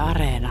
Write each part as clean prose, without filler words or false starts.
Areena.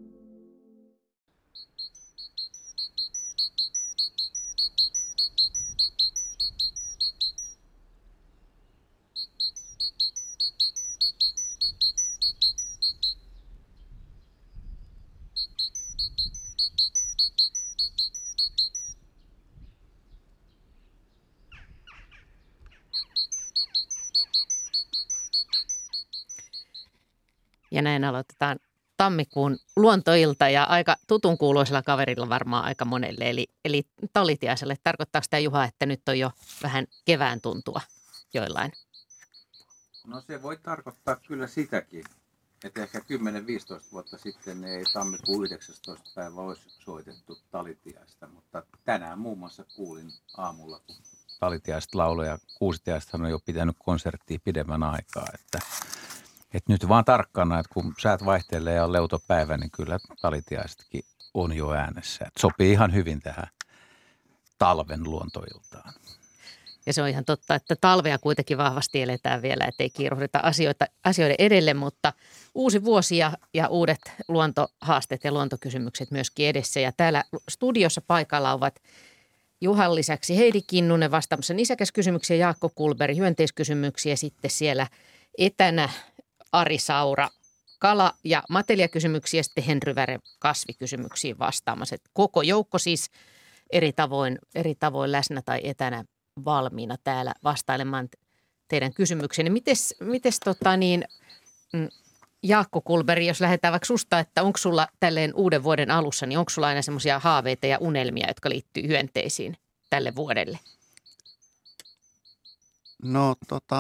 Ja näin aloitetaan tammikuun luontoilta ja aika tutun kuuloisella kaverilla varmaan aika monelle. Eli Talitiaiselle. Tarkoittaako tämä, Juha, että nyt on jo vähän kevään tuntua joillain? No se voi tarkoittaa kyllä sitäkin, että ehkä 10-15 vuotta sitten ei tammikuun 19. päivä olisi soitettu Talitiaista, mutta tänään muun muassa kuulin aamulla, kun Talitiaista lauloi ja Kuusitiaistahan on jo pitänyt konserttia pidemmän aikaa, että nyt vaan tarkkana, että kun säät vaihtelee ja on leutopäivä, niin kyllä Talitiaistakin on jo äänessä. Että sopii ihan hyvin tähän talven luontoiltaan. Ja se on ihan totta, että talvea kuitenkin vahvasti eletään vielä, ettei kiiruhdeta asioiden edelle, mutta uusi vuosi ja uudet luontohaasteet ja luontokysymykset myöskin edessä. Ja täällä studiossa paikalla ovat Juhan lisäksi Heidi Kinnunen vastaamassa nisäkäskysymyksiä, Jaakko Kulberg hyönteiskysymyksiä, sitten siellä etänä Ari Saura kala- ja mateliakysymyksiä, sitten Henry Väre kasvikysymyksiin vastaamassa. Et koko joukko siis eri tavoin läsnä tai etänä valmiina täällä vastailemaan teidän kysymyksenne. Mites Jaakko Kulberg, jos lähdetään vaikka susta, että onko sulla tälleen uuden vuoden alussa, niin onko sulla aina semmoisia haaveita ja unelmia, jotka liittyy hyönteisiin tälle vuodelle? No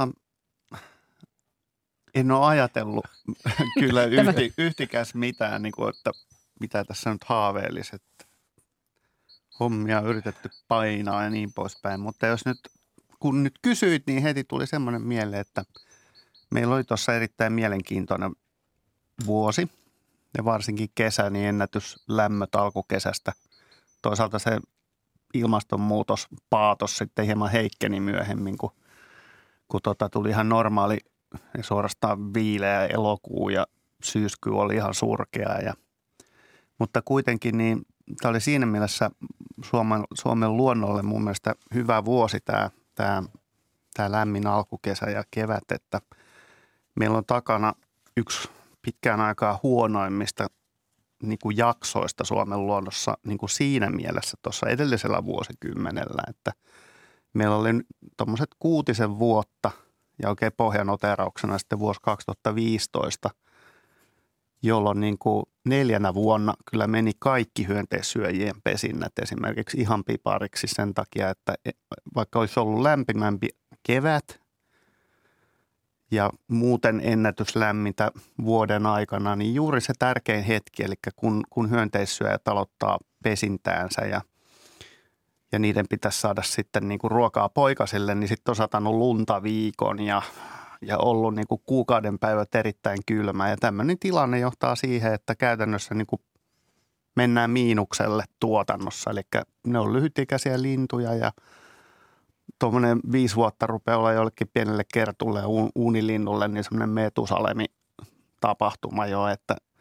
en ole ajatellut kyllä yhtikäs mitään, niin kuin, että mitä tässä nyt haaveelliset hommia on yritetty painaa ja niin poispäin. Mutta kun nyt kysyit, niin heti tuli semmoinen mieleen, että meillä oli tuossa erittäin mielenkiintoinen vuosi ja varsinkin kesä, niin ennätyslämmöt alkukesästä. Toisaalta se ilmastonmuutospaatos sitten hieman heikkeni myöhemmin, kun tuli ihan normaali ja suorastaan viileä elokuu ja syyskuu oli ihan surkea. Mutta kuitenkin niin tämä oli siinä mielessä Suomen luonnolle mun mielestä hyvä vuosi tämä lämmin alkukesä ja kevät, että meillä on takana yksi pitkään aikaa huonoimmista niin kuin jaksoista Suomen luonnossa niin kuin siinä mielessä tuossa edellisellä vuosikymmenellä, että meillä oli tuommoiset 6 vuotta ja oikein pohjanoteerauksena sitten vuosi 2015, jolloin niin kuin 4 vuonna kyllä meni kaikki hyönteissyöjien pesinnät esimerkiksi ihan pipariksi sen takia, että vaikka olisi ollut lämpimämpi kevät ja muuten ennätyslämmintä vuoden aikana, niin juuri se tärkein hetki, eli kun hyönteissyöjät aloittaa pesintäänsä ja niiden pitäisi saada sitten niin kuin ruokaa poikasille, niin sitten on satanut lunta viikon ja ollut niin kuin kuukauden päivät erittäin kylmää. Ja tämmöinen tilanne johtaa siihen, että käytännössä niin kuin mennään miinukselle tuotannossa. Eli ne on lyhytikäisiä lintuja ja tuommoinen 5 vuotta rupeaa olla jollekin pienelle kertulle ja uunilinnulle niin semmoinen Metusalemi-tapahtuma jo.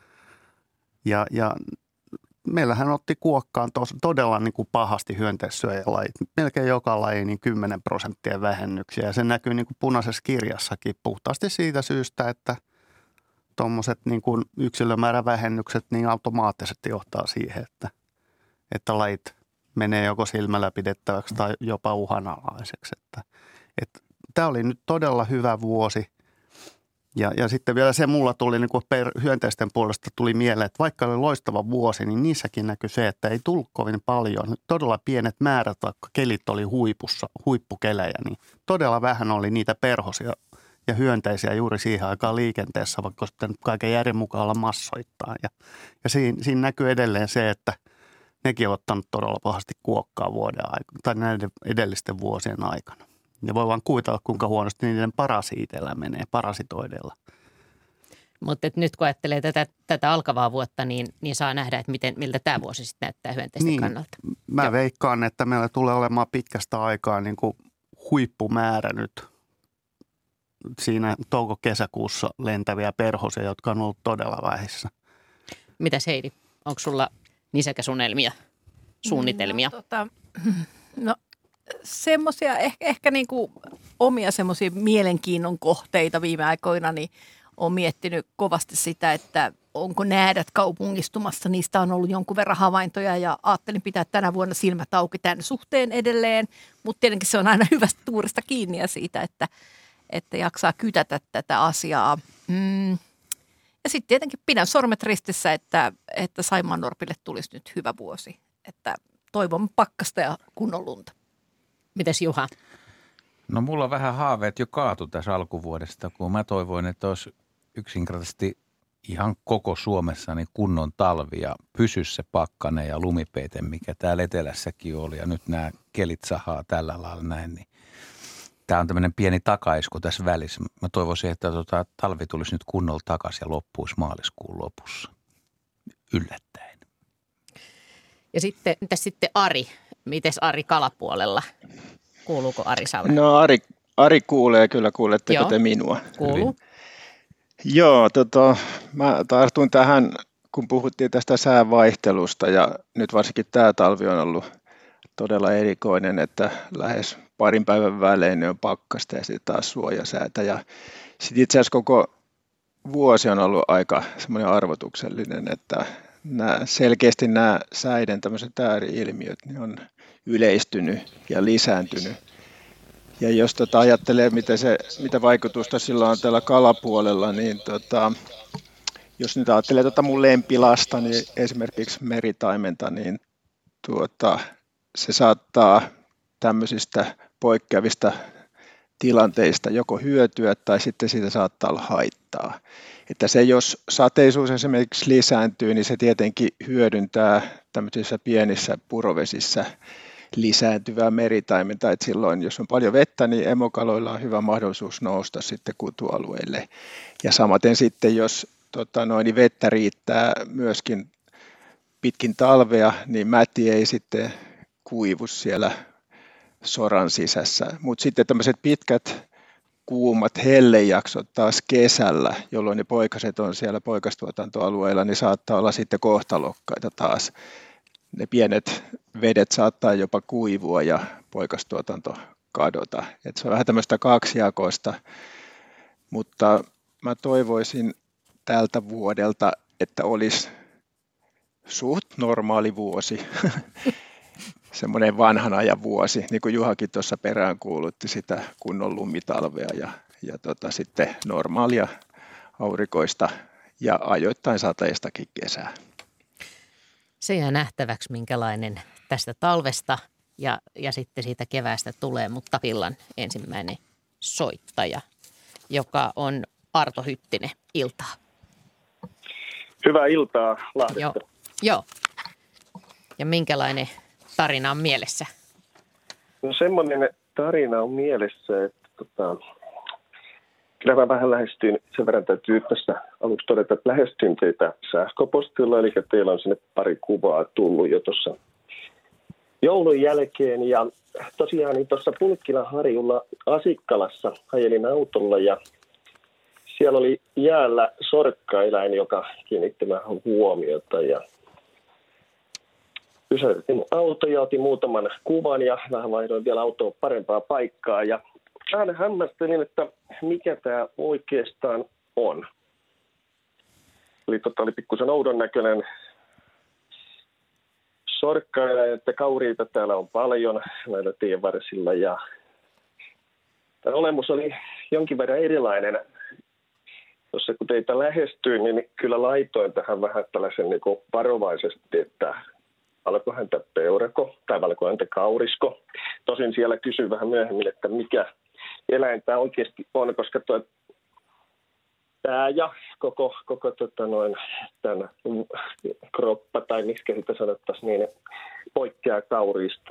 Ja meillähän otti kuokkaan todella niin kuin pahasti hyönteissyöjälajit. Melkein joka laji niin 10% vähennyksiä ja se näkyy niin kuin punaisessa kirjassakin puhtaasti siitä syystä, että tuommoiset niin kuin yksilömäärävähennykset niin automaattisesti johtaa siihen, että lajit menee joko silmällä pidettäväksi tai jopa uhanalaiseksi. Tämä oli nyt todella hyvä vuosi. Ja sitten vielä se mulla tuli niin kuin hyönteisten puolesta tuli mieleen, että vaikka oli loistava vuosi, niin niissäkin näkyi se, että ei tullut kovin paljon. Todella pienet määrät, vaikka kelit oli huippukelejä, niin todella vähän oli niitä perhosia ja hyönteisiä juuri siihen aikaan liikenteessä, vaikka sitten kaiken järjen mukaan olla massoittaa. Ja siinä näkyy edelleen se, että nekin on ottanut todella pahasti kuokkaa vuoden aikana tai näiden edellisten vuosien aikana. Ja voi vaan kuvitella, kuinka huonosti niiden parasiiteilla menee, parasitoideilla. Mutta nyt kun ajattelee tätä alkavaa vuotta, niin saa nähdä, että miltä tämä vuosi sitten näyttää hyönteisten kannalta. Mä veikkaan, että meillä tulee olemaan pitkästä aikaa niin kuin huippumäärä nyt siinä touko-kesäkuussa lentäviä perhosia, jotka on ollut todella vähissä. Mitäs Heidi, onko sulla nisäkäsunelmia, suunnitelmia? No semmoisia ehkä niin kuin omia semmoisia mielenkiinnon kohteita viime aikoina, niin olen miettinyt kovasti sitä, että onko näädät kaupungistumassa. Niistä on ollut jonkun verran havaintoja ja ajattelin pitää tänä vuonna silmät auki tämän suhteen edelleen. Mutta tietenkin se on aina hyvästä tuurista kiinni ja siitä, että jaksaa kytätä tätä asiaa. Ja sitten tietenkin pidän sormet ristissä, että Saimaannorpille tulisi nyt hyvä vuosi. Että toivon pakkasta ja kunnon lunta. Mitäs Juha? No mulla on vähän haaveet jo kaatu tässä alkuvuodesta, kun mä toivoin, että olisi yksinkertaisesti ihan koko Suomessa niin kunnon talvi ja pysy se pakkanen ja lumipeite, mikä täällä etelässäkin oli. Ja nyt nämä kelit sahaa tällä lailla näin, niin tämä on tämmöinen pieni takaisku tässä välissä. Mä toivoisin, että talvi tulisi nyt kunnolla takaisin ja loppuisi maaliskuun lopussa. Yllättäen. Ja mitäs sitten Ari? Mites Ari kalapuolella? Kuuluuko Ari sauna? No Ari kuulee kyllä, kuuletteko te minua? Kuuluu. Joo, mä tartun tähän, kun puhuttiin tästä säävaihtelusta ja nyt varsinkin tämä talvi on ollut todella erikoinen, että lähes parin päivän välein on pakkasta ja sitten taas suojasäätä. Ja sitten itse asiassa koko vuosi on ollut aika semmoinen arvotuksellinen, että selkeästi nämä säiden tämmöiset ääri-ilmiöt niin on yleistynyt ja lisääntynyt. Ja jos ajattelee, mitä vaikutusta sillä on tällä kalapuolella, niin jos nyt ajattelee mun lempilasta, niin esimerkiksi meritaimenta, niin se saattaa tämmöisistä poikkeavista tilanteista joko hyötyä tai sitten siitä saattaa olla haittaa. Että se, jos sateisuus esimerkiksi lisääntyy, niin se tietenkin hyödyntää tämmöisissä pienissä purovesissä lisääntyvää meritaimenta, että silloin jos on paljon vettä, niin emokaloilla on hyvä mahdollisuus nousta sitten kutualueelle. Ja samaten sitten, jos niin vettä riittää myöskin pitkin talvea, niin mäti ei sitten kuivu siellä soran sisässä. Mutta sitten tämmöiset pitkät kuumat hellejaksot taas kesällä, jolloin ne poikaset on siellä poikastuotantoalueilla, niin saattaa olla sitten kohtalokkaita taas. Ne pienet vedet saattaa jopa kuivua ja poikastuotanto kadota. Et se on vähän tämmöistä kaksijakoista, mutta mä toivoisin tältä vuodelta, että olisi suht normaali vuosi, semmoinen vanhan ajan vuosi, niin kuin Juhakin tuossa peräänkuulutti sitä kunnon lumitalvea ja sitten normaalia aurinkoista ja ajoittain sateistakin kesää. Se jää nähtäväksi, minkälainen tästä talvesta ja sitten siitä keväästä tulee, mutta Pillan ensimmäinen soittaja, joka on Arto Hyttinen. Iltaa. Hyvää iltaa Lahdesta. Joo. Ja minkälainen tarina on mielessä? No semmoinen tarina on mielessä, että kyllä mä vähän lähestyin, sen verran täytyy tässä aluksi todeta, että lähestyin teitä sähköpostilla, eli teillä on sinne pari kuvaa tullut jo tuossa joulun jälkeen. Ja tosiaan niin tuossa Pulkkilan-harjulla Asikkalassa ajelin autolla ja siellä oli jäällä sorkkaeläin, joka kiinnitti vähän huomiota ja pysäytin auto ja otin muutaman kuvan ja vähän vaihdoin vielä autoon parempaa paikkaa ja vähän hämmästelin, että mikä tämä oikeastaan on. Eli oli pikkusen oudon näköinen sorkkaeläin, että kauriita täällä on paljon näillä tienvarsilla ja tämä olemus oli jonkin verran erilainen. Tuossa kun teitä lähestyin, niin kyllä laitoin tähän vähän tällaisen niin kuin varovaisesti, että valkohäntä peurako tai valkohäntä kaurisko. Tosin siellä kysyin vähän myöhemmin, että mikä eläin tämä oikeasti on, koska tämä ja koko tämän kroppa tai miksi sitä sanottaisiin, niin poikkeaa kauriista.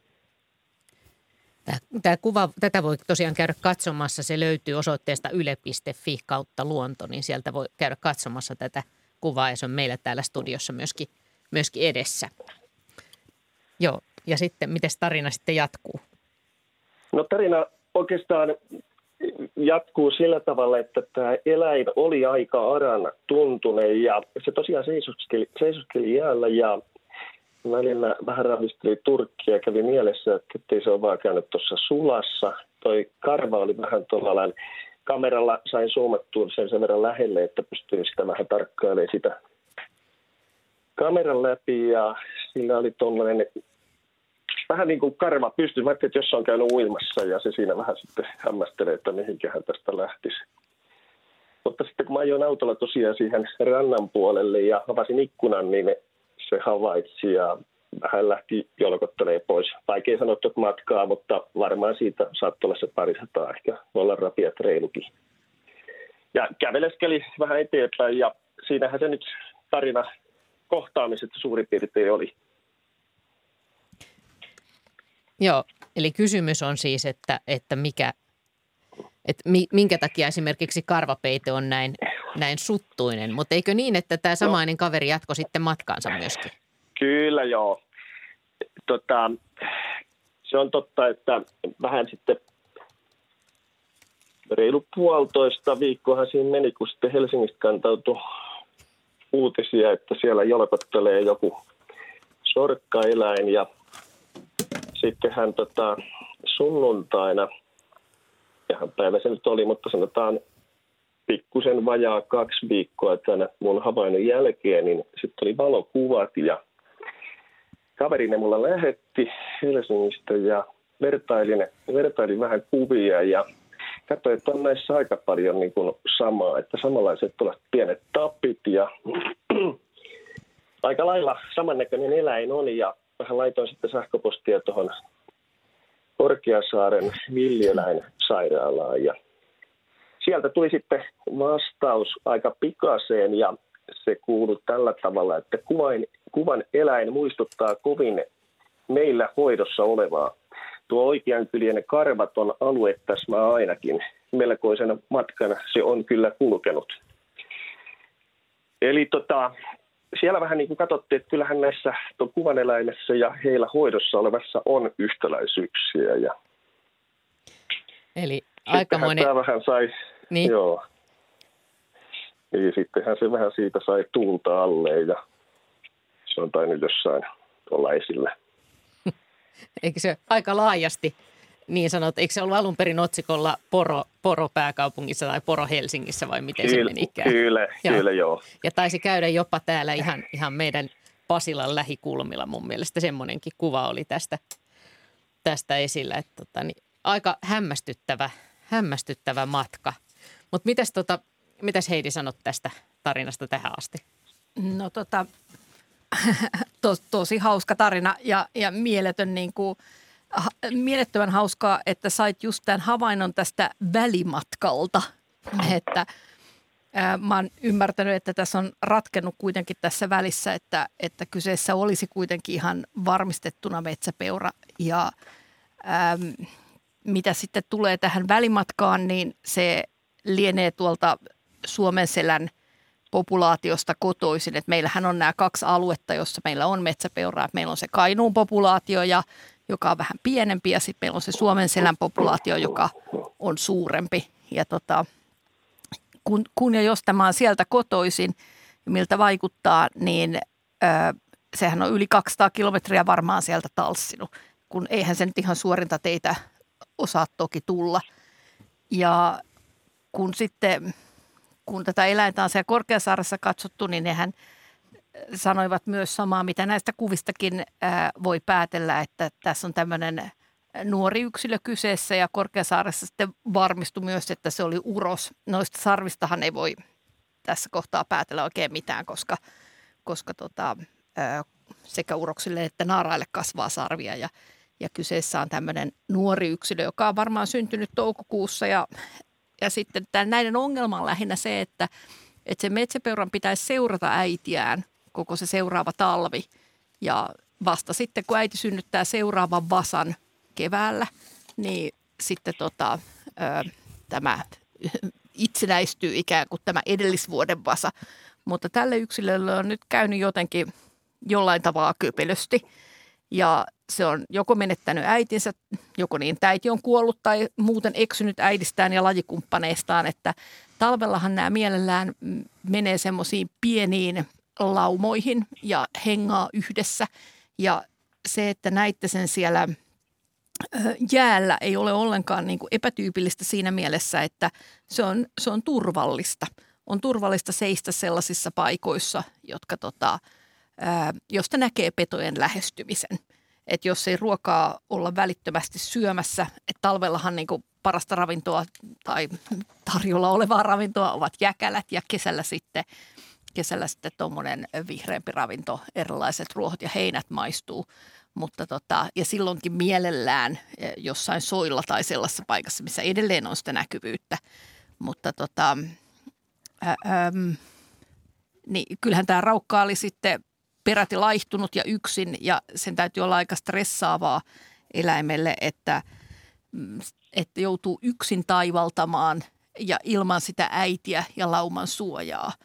Tämä kuva, tätä voi tosiaan käydä katsomassa. Se löytyy osoitteesta yle.fi/luonto, niin sieltä voi käydä katsomassa tätä kuvaa ja se on meillä täällä studiossa myöskin edessä. Joo, ja sitten miten tarina sitten jatkuu? No tarina oikeastaan jatkuu sillä tavalla, että tämä eläin oli aika aran tuntunen ja se tosiaan seisoskeli jäällä ja välillä vähän ravisteli turkkia ja kävi mielessä, että ei se ole vaan käynyt tuossa sulassa. Toi karva oli vähän tuolla lailla. Kameralla sain zoomattua sen verran lähelle, että pystyin sitä vähän tarkkailemaan sitä kameran läpi ja sillä oli tuollainen vähän niin kuin karva pystyy. Mä ajattelin, että jos se on käynyt uimassa ja se siinä vähän sitten hämmästelee, että mihinkähän tästä lähtisi. Mutta sitten kun mä ajoin autolla tosiaan siihen rannan puolelle ja avasin ikkunan, niin se havaitsi ja vähän lähti jolkottelemaan pois. Vaikea sanoa tuota matkaa, mutta varmaan siitä saattoi olla se 200, ehkä olla rapiat reilukin. Ja käveleskeli vähän eteenpäin ja siinähän se nyt tarina kohtaamiset suurin piirtein oli. Joo, eli kysymys on siis, että minkä takia esimerkiksi karvapeite on näin suttuinen, mutta eikö niin, että tämä samainen kaveri jatkoi sitten matkaansa myöskin? Kyllä joo. Se on totta, että vähän sitten reilu 1,5 viikkoahan siinä meni, kun sitten Helsingistä kantautui uutisia, että siellä jolkottelee joku sorkkaeläin ja sitten hän sunnuntaina, ihan päivä se nyt oli, mutta sanotaan pikkusen vajaa 2 viikkoa tänä mun havainnon jälkeen, niin sitten oli valokuvat ja kaverine mulla lähetti Helsingistä ja vertailin vähän kuvia ja katsoin, että on näissä aika paljon niin kuin samaa, että samanlaiset tuollaiset pienet tapit ja aika lailla samannäköinen eläin on ja vähän laitoin sitten sähköpostia tuohon Korkeasaaren villieläinsairaalaan ja sieltä tuli sitten vastaus aika pikaiseen ja se kuului tällä tavalla, että kuvan eläin muistuttaa kovin meillä hoidossa olevaa. Tuo oikeankyljen karvaton alue tässä ainakin melkoisen matkan se on kyllä kulkenut. Eli siellä vähän niin kuin katsottiin, että kyllähän näissä tuon kuvaneläimessä ja heillä hoidossa olevassa on yhtäläisyyksiä. Ja eli aikamoinen. Tämä vähän sai, niin. Joo. Niin sittenhän se vähän siitä sai tuulta alle ja se on tainnut jossain olla esillä. Eikö se aika laajasti niin sanot, eikö se ollut alun perin otsikolla poro pääkaupungissa tai poro Helsingissä vai miten se menikään? Kyllä joo. Ja taisi käydä jopa täällä ihan meidän Pasilan lähikulmilla mun mielestä semmoinenkin kuva oli tästä esillä. Että niin aika hämmästyttävä matka. Mutta mitäs Heidi sanot tästä tarinasta tähän asti? No tosi hauska tarina ja mielettömän hauskaa, että sait just tämän havainnon tästä välimatkalta. Että mä oon ymmärtänyt, että tässä on ratkennut kuitenkin tässä välissä, että kyseessä olisi kuitenkin ihan varmistettuna metsäpeura. Ja mitä sitten tulee tähän välimatkaan, niin se lienee tuolta Suomenselän populaatiosta kotoisin. Et meillähän on nämä 2 aluetta, jossa meillä on metsäpeuraa. Meillä on se Kainuun populaatio, joka on vähän pienempi, ja sitten meillä on se Suomenselän populaatio, joka on suurempi. Ja kun ja jos tämä on sieltä kotoisin, miltä vaikuttaa, niin sehän on yli 200 kilometriä varmaan sieltä talssinut, kun eihän se nyt ihan suorinta teitä osaa toki tulla. Ja kun tätä eläintä on siellä Korkeasaaressa katsottu, niin nehän sanoivat myös samaa, mitä näistä kuvistakin voi päätellä, että tässä on tämmöinen nuori yksilö kyseessä ja Korkeasaaressa sitten varmistui myös, että se oli uros. Noista sarvistahan ei voi tässä kohtaa päätellä oikein mitään, koska sekä uroksille että naaraille kasvaa sarvia ja kyseessä on tämmöinen nuori yksilö, joka on varmaan syntynyt toukokuussa ja sitten näiden ongelma on lähinnä se, että se metsäpeuran pitäisi seurata äitiään koko se seuraava talvi. Ja vasta sitten, kun äiti synnyttää seuraavan vasan keväällä, niin sitten tämä itsenäistyy ikään kuin tämä edellisvuoden vasa. Mutta tälle yksilölle on nyt käynyt jotenkin jollain tavalla köpelösti. Ja se on joko menettänyt äitinsä, joko niin, että äiti on kuollut tai muuten eksynyt äidistään ja lajikumppaneistaan, että talvellahan nämä mielellään menee semmoisiin pieniin laumoihin ja hengaa yhdessä. Ja se, että näitte sen siellä jäällä ei ole ollenkaan niin kuin epätyypillistä siinä mielessä, että se on turvallista. On turvallista seistä sellaisissa paikoissa, jotka josta näkee petojen lähestymisen. Että jos ei ruokaa olla välittömästi syömässä, että talvellahan niin kuin parasta ravintoa tai tarjolla olevaa ravintoa ovat jäkälät ja kesällä sitten tuommoinen vihreämpi ravinto, erilaiset ruohot ja heinät maistuu. Mutta ja silloinkin mielellään jossain soilla tai sellaisessa paikassa, missä edelleen on sitä näkyvyyttä. Mutta niin kyllähän tämä raukka oli sitten peräti laihtunut ja yksin ja sen täytyy olla aika stressaavaa eläimelle, että joutuu yksin taivaltamaan ja ilman sitä äitiä ja lauman suojaa.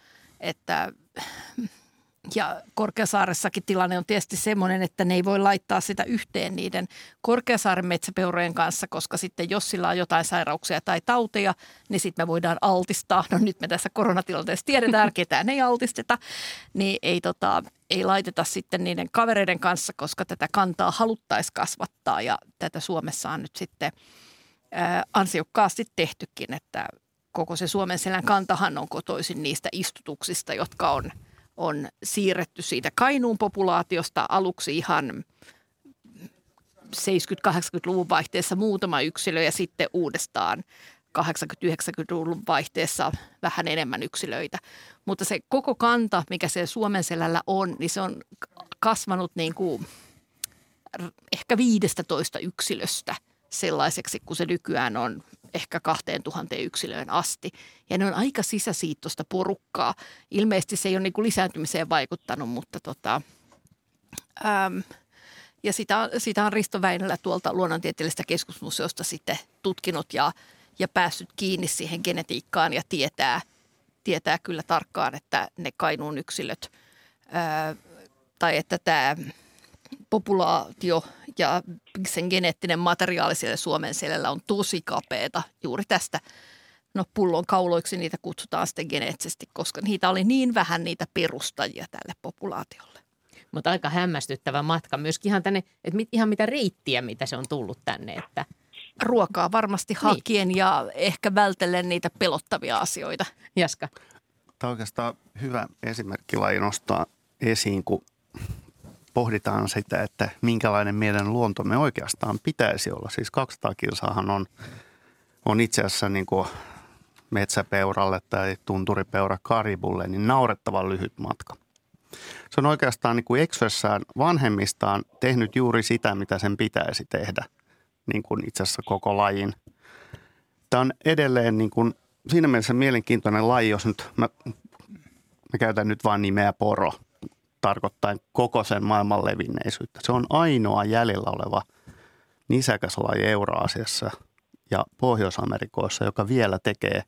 Ja Korkeasaaressakin tilanne on tietysti semmoinen, että ne ei voi laittaa sitä yhteen niiden Korkeasaaren metsäpeurojen kanssa, koska sitten jos sillä on jotain sairauksia tai tauteja, niin sitten me voidaan altistaa. No nyt me tässä koronatilanteessa tiedetään, ketään ei altisteta, niin ei laiteta sitten niiden kavereiden kanssa, koska tätä kantaa haluttaisiin kasvattaa ja tätä Suomessa on nyt sitten ansiokkaasti tehtykin, että koko se Suomenselän kantahan on kotoisin niistä istutuksista, jotka on siirretty siitä Kainuun populaatiosta aluksi ihan 70-80-luvun vaihteessa muutama yksilö ja sitten uudestaan 80-90-luvun vaihteessa vähän enemmän yksilöitä. Mutta se koko kanta, mikä se Suomenselällä on, niin se on kasvanut niin kuin ehkä 15 yksilöstä sellaiseksi, kun se nykyään on ehkä 2000 yksilöön asti. Ja ne on aika sisäsiittoista porukkaa. Ilmeisesti se ei ole niin kuin lisääntymiseen vaikuttanut, mutta ja sitä on Risto Väinölä tuolta Luonnontieteellisestä keskusmuseosta sitten tutkinut ja päässyt kiinni siihen genetiikkaan ja tietää kyllä tarkkaan, että ne Kainuun yksilöt tai että tämä populaatio ja sen geneettinen materiaali siellä Suomenselällä on tosi kapeata juuri tästä. No pullonkauloiksi niitä kutsutaan sitten geneettisesti, koska niitä oli niin vähän niitä perustajia tälle populaatiolle. Mutta aika hämmästyttävä matka myöskin ihan tänne, että ihan mitä reittiä, mitä se on tullut tänne. Että ruokaa varmasti hakien ja ehkä vältellen niitä pelottavia asioita. Jaska. Tämä on oikeastaan hyvä esimerkkilaji nostaa esiin, kun pohditaan sitä, että minkälainen meidän luontomme oikeastaan pitäisi olla. Siis 200 kilsaahan on itse asiassa niin kuin metsäpeuralle tai tunturipeura karibulle niin naurettavan lyhyt matka. Se on oikeastaan niin kuin eksyessään vanhemmistaan tehnyt juuri sitä, mitä sen pitäisi tehdä, niin kuin itse asiassa koko lajin. Tämä on edelleen niin kuin siinä mielessä mielenkiintoinen laji, jos nyt mä käytän nyt vain nimeä poro, tarkoittaen koko sen maailman levinneisyyttä. Se on ainoa jäljellä oleva nisäkäslaji Euraasiassa ja Pohjois-Amerikoissa, joka vielä tekee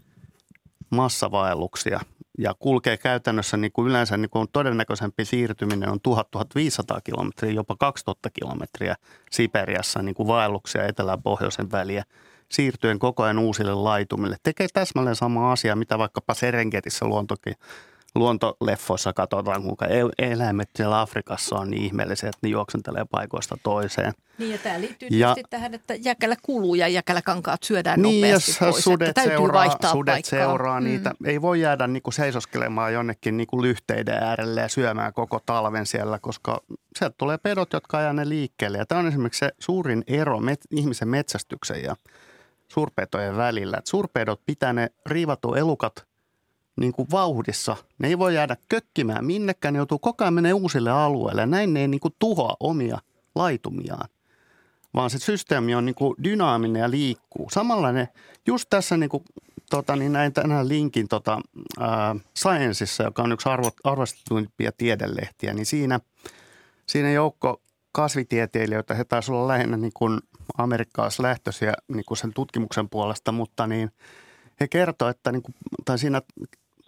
massavaelluksia ja kulkee käytännössä niin kuin yleensä niin kuin todennäköisempi siirtyminen on 1000-1500 kilometriä, jopa 2000 kilometriä Siperiassa niin kuin vaelluksia etelä- ja pohjoisen väliä siirtyen koko ajan uusille laitumille. Tekee täsmälleen sama asia, mitä vaikkapa Serengetissä luontoleffoissa katsotaan, kuinka eläimet siellä Afrikassa on niin ihmeellisiä, että ne juoksentelee paikoista toiseen. Niin ja tämä liittyy tietysti tähän, että jäkälä kuluu ja jäkäläkankaat syödään nopeasti pois. Sudet seuraa niitä. Ei voi jäädä niin kuin seisoskelemaan jonnekin niin kuin lyhteiden äärelle ja syömään koko talven siellä, koska sieltä tulee pedot, jotka ajaa ne liikkeelle. Ja tämä on esimerkiksi se suurin ero ihmisen metsästyksen ja suurpetojen välillä. Että suurpedot pitää ne riivatut elukat niin kuin vauhdissa. Ne ei voi jäädä kökkimään minnekään, ne joutuu koko ajan menemään uusille alueille. Näin ne ei niin kuin tuhoa omia laitumiaan, vaan se systeemi on niin kuin dynaaminen ja liikkuu. Samalla ne, just tässä niin kuin, niin näin tänään linkin Scienceissa, joka on yksi arvostetuimpia tiedelehtiä, niin siinä joukko kasvitieteilijöitä, he taisi olla lähinnä niin kuin amerikkalaislähtöisiä niin kuin sen tutkimuksen puolesta, mutta niin he kertovat, että niin kuin, tai siinä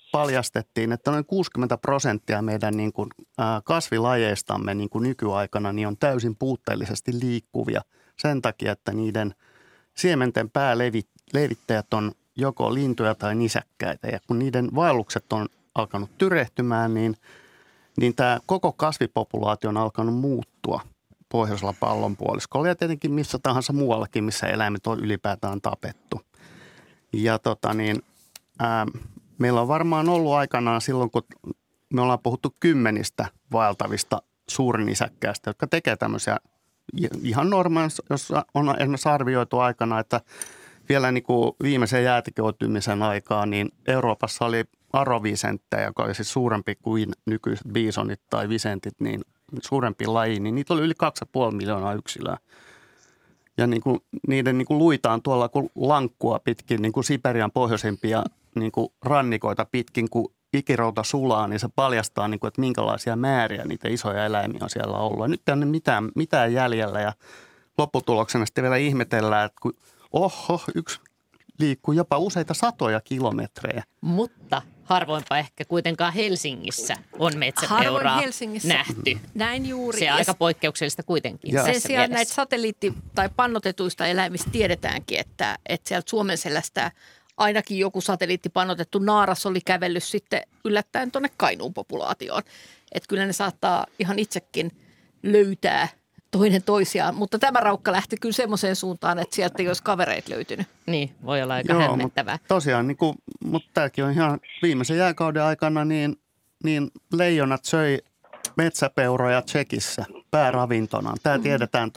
paljastettiin, että noin 60% meidän niin kuin, kasvilajeistamme niin kuin nykyaikana niin on täysin puutteellisesti liikkuvia sen takia, että niiden siementen päälevittäjät on joko lintuja tai nisäkkäitä. Ja kun niiden vaellukset on alkanut tyrehtymään, niin tämä koko kasvipopulaatio on alkanut muuttua pohjoisella pallonpuoliskolla ja tietenkin missä tahansa muuallakin, missä eläimet on ylipäätään tapettu. Ja meillä on varmaan ollut aikanaan silloin, kun me ollaan puhuttu 10 vaeltavista suurnisäkkäistä, jotka tekee tämmöisiä ihan normaalisia, jos on esimerkiksi arvioitu aikana, että vielä niin kuin viimeisen jäätikkötymisen aikaan, niin Euroopassa oli arovisenttejä, joka oli siis suurempi kuin nykyiset bisonit tai visentit, niin suurempi laji, niin niitä oli yli 2,5 miljoonaa yksilöä. Ja niin kuin, niiden niin kuin luita on tuolla kuin lankkua pitkin, niin kuin Siperian pohjoisimpia niin kuin rannikoita pitkin, kun ikirouta sulaa, niin se paljastaa, niin kuin, että minkälaisia määriä niitä isoja eläimiä on siellä ollut. Ja nyt ei ole mitään jäljellä ja lopputuloksena sitten vielä ihmetellään, että kun yksi liikkuu jopa useita satoja kilometrejä. Mutta harvoinpa ehkä kuitenkaan Helsingissä on metsäpeuraa nähty. Näin juuri. Se on aika poikkeuksellista kuitenkin. Sen sijaan näitä tai pannotetuista eläimistä tiedetäänkin, että sieltä Suomenselästä ainakin joku satelliittipannotettu naaras oli kävellyt sitten yllättäen tuonne Kainuun populaatioon. Että kyllä ne saattaa ihan itsekin löytää toinen toisiaan, mutta tämä raukka lähti kyllä semmoiseen suuntaan, että sieltä ei olisi kavereita löytynyt. Niin, voi olla aika hämmentävää. Mutta tosiaan, mutta tämäkin on ihan viimeisen jääkauden aikana, niin leijonat söi metsäpeuroja Tšekissä pääravintonaan. Tämä tiedetään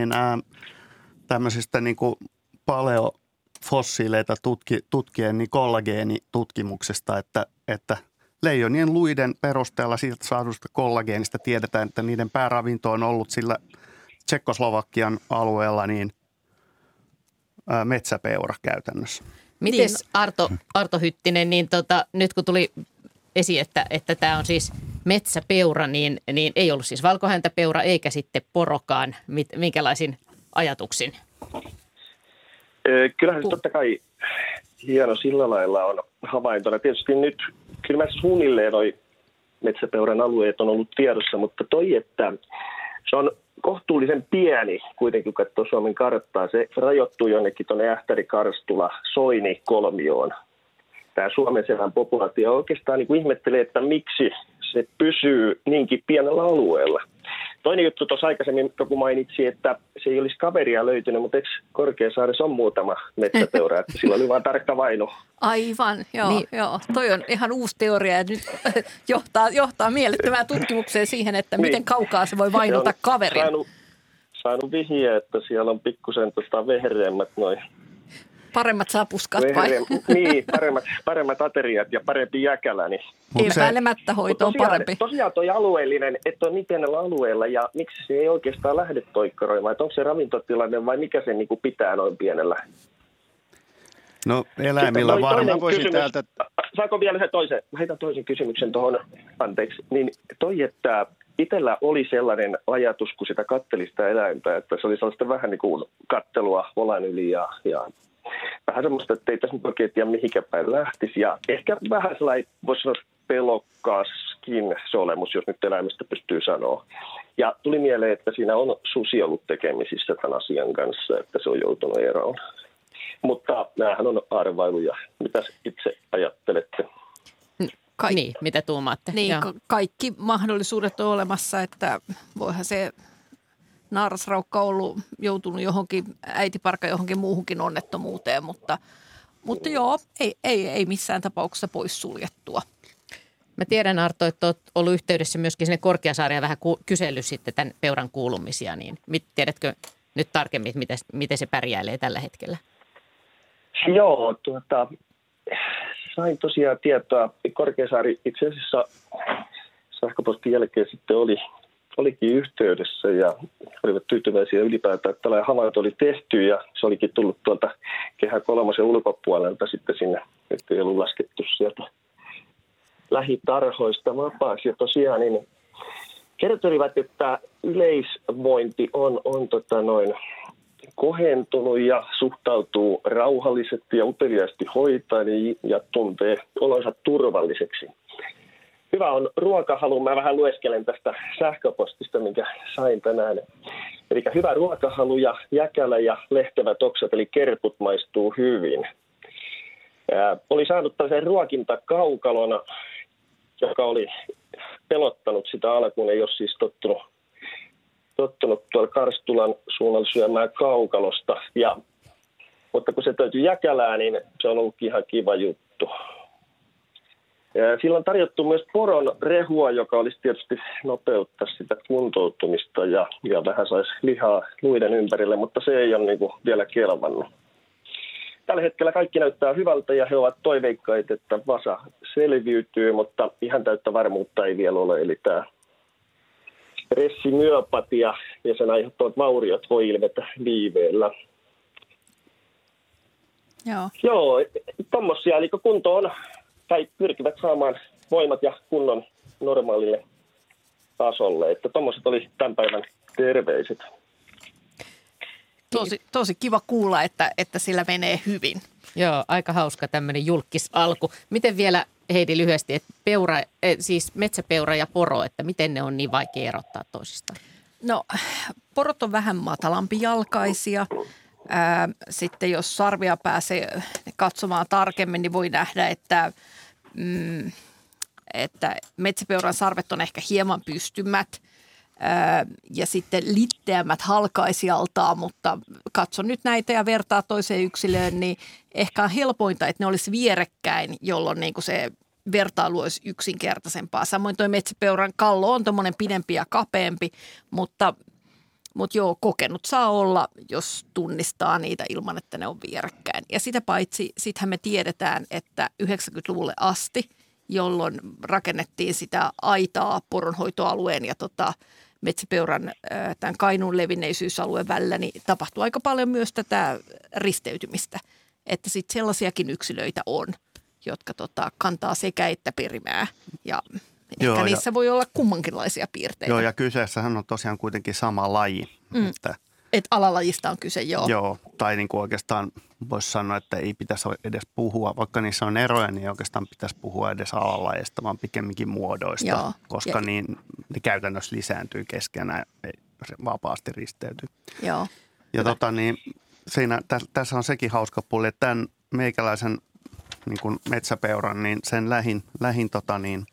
tämmöisistä niin kuin paleofossiileita tutkien niin kollageenitutkimuksesta, että leijonien luiden perusteella siitä saadusta kollageenista tiedetään, että niiden pääravinto on ollut sillä Tšekkoslovakian alueella niin metsäpeura käytännössä. Mites Arto Hyttinen, niin nyt kun tuli esiin, että tämä on siis metsäpeura, niin ei ollut siis valkohäntäpeura eikä sitten porokaan. Minkälaisin ajatuksin? Kyllähän se totta kai hieno sillä lailla on havaintona. Tietysti nyt kyllä mä suunnilleen noi metsäpeuran alueet on ollut tiedossa, mutta että se on kohtuullisen pieni kuitenkin, kun katsoo Suomen karttaa. Se rajoittuu jonnekin tuonne Ähtäri-Karstula-Soini-kolmioon. Tämä Suomenselän populaatio oikeastaan niin kuin ihmettelee, että miksi se pysyy niinkin pienellä alueella. Toinen juttu tuossa aikaisemmin, kun mainitsi, että se ei olisi kaveria löytynyt, mutta eikö Korkeasaaressa on muutama metsäpeura, että sillä oli vaan tarkka vaino. Aivan, joo, niin. joo. Toi on ihan uusi teoria ja nyt johtaa mielettömään tutkimukseen siihen, että miten kaukaa se voi vainota kaverin. Saanut vihjeä, että siellä on pikkusen vehreämmät noin. Paremmat sapuskat vai? Niin, paremmat ateriat ja parempi jäkälä. Niin. Epäilemättä hoito on parempi. Tosiaan toi alueellinen, että on niin pienellä alueella ja miksi se ei oikeastaan lähde toikkaroimaan, että onko se ravintotilanne vai mikä se niin kuin pitää noin pienellä? No eläimillä varmaan voisin täältä. Saanko vielä heitän toisen kysymyksen tuohon, anteeksi, niin että itsellä oli sellainen ajatus, kun sitä katteli sitä eläintä, että se oli sellaista vähän niin kuin kattelua olan yli ja vähän semmoista, että ei tässä nyt oikein tiedä mihinkä päin lähtisi. Ja ehkä vähän sellainen, voisi sanoa, pelokkaaskin se olemus, jos nyt eläimestä pystyy sanoa. Ja tuli mieleen, että siinä on susi ollut tekemisissä tämän asian kanssa, että se on joutunut eroon. Mutta näähän on arvailuja. Mitä itse ajattelette? Niin, mitä tuumaatte? Niin, kaikki mahdollisuudet on olemassa, että voihan se naarasraukka ollut joutunut johonkin, äitiparka johonkin muuhunkin onnettomuuteen, mutta joo, ei missään tapauksessa pois suljettua. Mä tiedän, Arto, että olet ollut yhteydessä myöskin sinne Korkeasaareen vähän kysellyt sitten tämän peuran kuulumisia, niin tiedätkö nyt tarkemmin, miten se pärjäilee tällä hetkellä? Joo, sain tosiaan tietoa. Korkeasaari itse asiassa sähköpostin jälkeen sitten olikin yhteydessä ja olivat tyytyväisiä ylipäätään, että tällainen havainto oli tehty ja se olikin tullut tuolta Kehä kolmosen ulkopuolelta sitten sinne, että ei ollut laskettu sieltä lähitarhoista vapaaksi. Ja tosiaan niin kertolivat, että yleisvointi on kohentunut ja suhtautuu rauhallisesti ja uteliaasti hoitaen ja tuntee olonsa turvalliseksi. Hyvä on ruokahalu. Mä vähän lueskelen tästä sähköpostista, minkä sain tänään. Eli hyvä ruokahalu ja jäkälä ja lehtevät oksat, eli kerput maistuu hyvin. Oli saanut tällaisen ruokintakaukalona, joka oli pelottanut sitä alkuun. Ei ole siis tottunut tuolla Karstulan suunnalla syömään kaukalosta. Mutta kun se täytyy jäkälää, niin se on ollut ihan kiva juttu. Sillä on tarjottu myös poron rehua, joka olisi tietysti nopeuttaa sitä kuntoutumista ja vähän saisi lihaa luiden ympärille, mutta se ei ole niin kuin vielä kelvannut. Tällä hetkellä kaikki näyttää hyvältä ja he ovat toiveikkaita, että Vasa selviytyy, mutta ihan täyttä varmuutta ei vielä ole. Eli tämä stressimyopatia ja sen aiheuttamat vauriot voi ilmetä viiveellä. Joo, tommosia, eli kunto on, tai pyrkivät saamaan voimat ja kunnon normaalille tasolle. Että tommoset oli tämän päivän terveiset. Tosi kiva kuulla, että sillä menee hyvin. Joo, aika hauska tämmöinen julkisalku. Miten vielä, Heidi, lyhyesti, että siis metsäpeura ja poro, että miten ne on niin vaikea erottaa toisistaan? No, porot on vähän matalampijalkaisia. Sitten jos sarvia pääsee katsomaan tarkemmin, niin voi nähdä, että metsäpeuran sarvet on ehkä hieman pystymät ja sitten litteämmät halkaisijaltaan, mutta katso nyt näitä ja vertaa toiseen yksilöön, niin ehkä on helpointa, että ne olisi vierekkäin, jolloin niin kuin se vertailu olisi yksinkertaisempaa. Samoin tuo metsäpeuran kallo on tuommoinen pidempi ja kapeampi, mutta joo, kokenut saa olla, jos tunnistaa niitä ilman, että ne on vierekkäin. Ja sitä paitsi, sittenhän me tiedetään, että 90-luvulle asti, jolloin rakennettiin sitä aitaa poronhoitoalueen ja metsäpeuran tämän Kainuun levinneisyysalueen välillä, niin tapahtui aika paljon myös tätä risteytymistä. Että sitten sellaisiakin yksilöitä on, jotka kantaa sekä että perimää ja ehkä niissä voi olla kummankinlaisia piirteitä. Joo, ja kyseessähän on tosiaan kuitenkin sama laji. Että alalajista on kyse, joo. Joo, tai niin kuin oikeastaan voisi sanoa, että ei pitäisi edes puhua, vaikka niissä on eroja, niin oikeastaan pitäisi puhua edes alalajista, vaan pikemminkin muodoista, joo, koska ne käytännössä lisääntyy keskenään, ei vapaasti risteytyy. Joo. Ja tässä on sekin hauska puoli, että tämän meikäläisen niin kuin metsäpeuran, niin sen lähin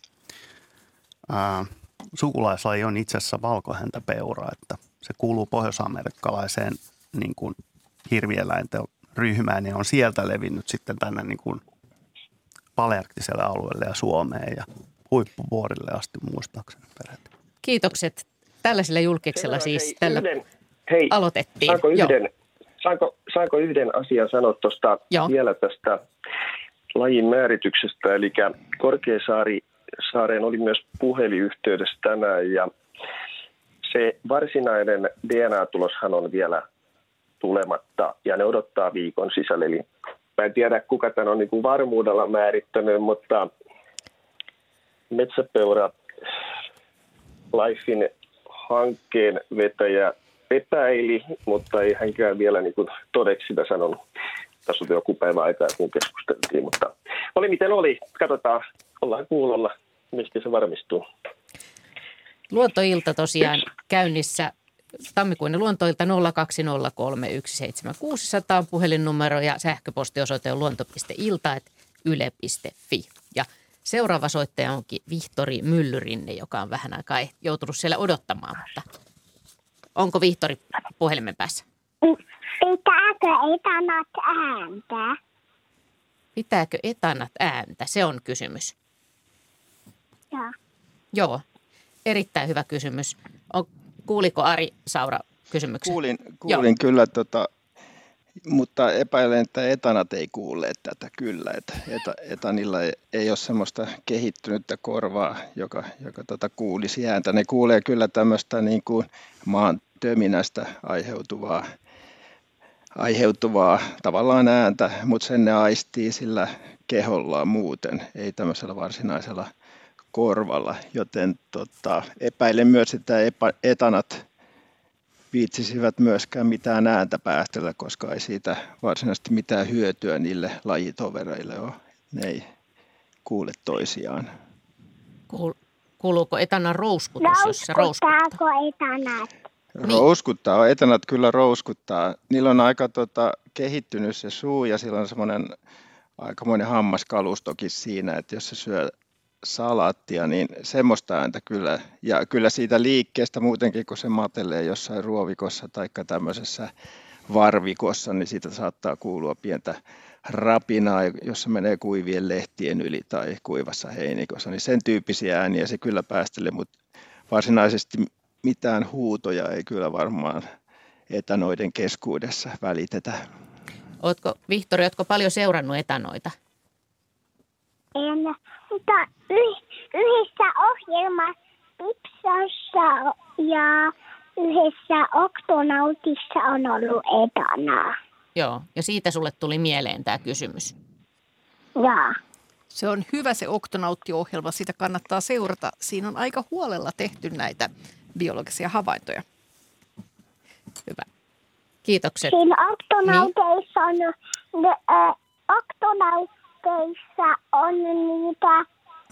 sukulaislaji on itse asiassa valkohäntäpeura, että se kuuluu pohjois-amerikkalaiseen niin kuin hirvieläinten ryhmään ja on sieltä levinnyt sitten tänne niin kuin palearktiselle alueelle ja Suomeen ja huippuvuorille asti muistaakseni peräti. Kiitokset. Tällaisella julkiksella siis tällä aloitettiin. Saanko yhden asian sanoa tuosta vielä tästä lajin määrityksestä, eli Korkeasaareen oli myös puhelinyhteydessä tänään ja se varsinainen DNA-tuloshan on vielä tulematta ja ne odottaa viikon sisällä. Eli mä en tiedä, kuka tämän on niin kuin varmuudella määrittänyt, mutta Metsäpeura Lifein hankkeen vetäjä epäili, mutta ei hänkään vielä niin kuin todeksi sitä sanonut. Tässä on joku päivä aikaa, kun keskusteltiin, mutta oli miten oli. Katsotaan, ollaan kuulolla, mistä se varmistuu. Luontoilta tosiaan käynnissä. Tammikuinen luontoilta 020317600 on puhelinnumero ja sähköpostiosoite on luonto.ilta@yle.fi. Ja seuraava soittaja onkin Vihtori Myllyrinne, joka on vähän aikaa joutunut siellä odottamaan, mutta onko Vihtori puhelimen päässä? Pitääkö etanat ääntää? Pitääkö etanat ääntä? Se on kysymys. Joo, erittäin hyvä kysymys. Kuuliko Ari Saura kysymyksen? Kuulin kyllä, mutta epäilen, että etanat ei kuule tätä kyllä. Että etanilla ei ole semmoista kehittynyttä korvaa, joka kuulisi ääntä. Ne kuulee kyllä tämmöistä niin kuin maan töminästä aiheutuvaa tavallaan ääntä, mutta sen ne aistii sillä kehollaan muuten, ei tämmöisellä varsinaisella korvalla, joten epäilen myös, että etanat viitsisivät myöskään mitään ääntä päästellä, koska ei siitä varsinaisesti mitään hyötyä niille lajitovereille ole. Ne ei kuule toisiaan. Kuuluuko etanan rouskutus, jos se rouskuttaa? Rouskutaako etanat? Rouskuttaa, etanat kyllä rouskuttaa. Niillä on aika kehittynyt se suu ja sillä on semmoinen aikamoinen hammaskalustokin siinä, että jos se syö salaattia, niin semmoista ääntä kyllä. Ja kyllä siitä liikkeestä muutenkin, kun se matelee jossain ruovikossa tai tämmöisessä varvikossa, niin siitä saattaa kuulua pientä rapinaa, jos se menee kuivien lehtien yli tai kuivassa heinikossa. Niin sen tyyppisiä ääniä se kyllä päästelee, mutta varsinaisesti mitään huutoja ei kyllä varmaan etanoiden keskuudessa välitetä. Vihtori, oletko paljon seurannut etanoita? En, mutta yhdessä ohjelmassa Pipsassa ja yhdessä Oktonautissa on ollut etanaa. Joo, ja siitä sulle tuli mieleen tämä kysymys. Jaa. Se on hyvä se Oktonautti-ohjelma, sitä kannattaa seurata. Siinä on aika huolella tehty näitä biologisia havaintoja. Hyvä. Kiitokset. Siinä oktonauteissa on niitä...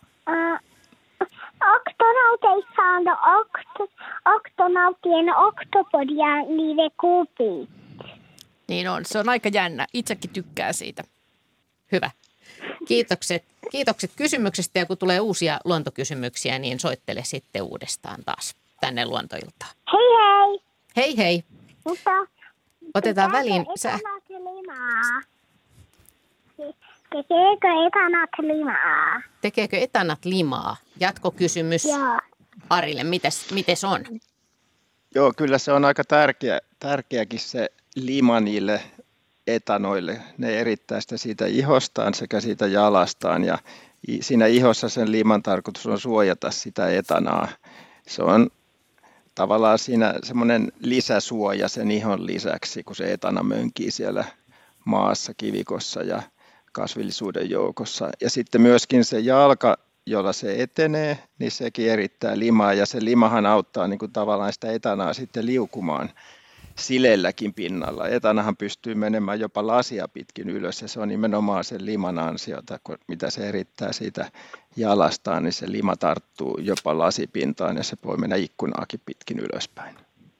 Oktonauteissa on oktonauttien oktopodia niiden kupit. Niin on, se on aika jännä. Itsekin tykkää siitä. Hyvä. Kiitokset kysymyksestä ja kun tulee uusia luontokysymyksiä, niin soittele sitten uudestaan taas tänne Luontoiltaan. Hei hei! Hei hei! Mutta otetaan väliin. Etanat limaa? Tekeekö etanat limaa? Tekeekö etanat limaa? Jatkokysymys. Joo. Arille, mites on? Joo, kyllä se on aika tärkeäkin se lima niille etanoille. Ne erittää sitä siitä ihostaan sekä siitä jalastaan ja siinä ihossa sen liman tarkoitus on suojata sitä etanaa. Se on tavallaan siinä semmoinen lisäsuoja sen ihon lisäksi, kun se etana mönkii siellä maassa, kivikossa ja kasvillisuuden joukossa. Ja sitten myöskin se jalka, jolla se etenee, niin sekin erittää limaa ja se limahan auttaa niin kuin tavallaan sitä etanaa sitten liukumaan sileelläkin pinnalla. Etanahan pystyy menemään jopa lasia pitkin ylös ja se on nimenomaan sen liman ansiota, mitä se erittää siitä jalastaan, niin se lima tarttuu jopa lasipintaan ja se voi mennä ikkunaakin pitkin ylöspäin.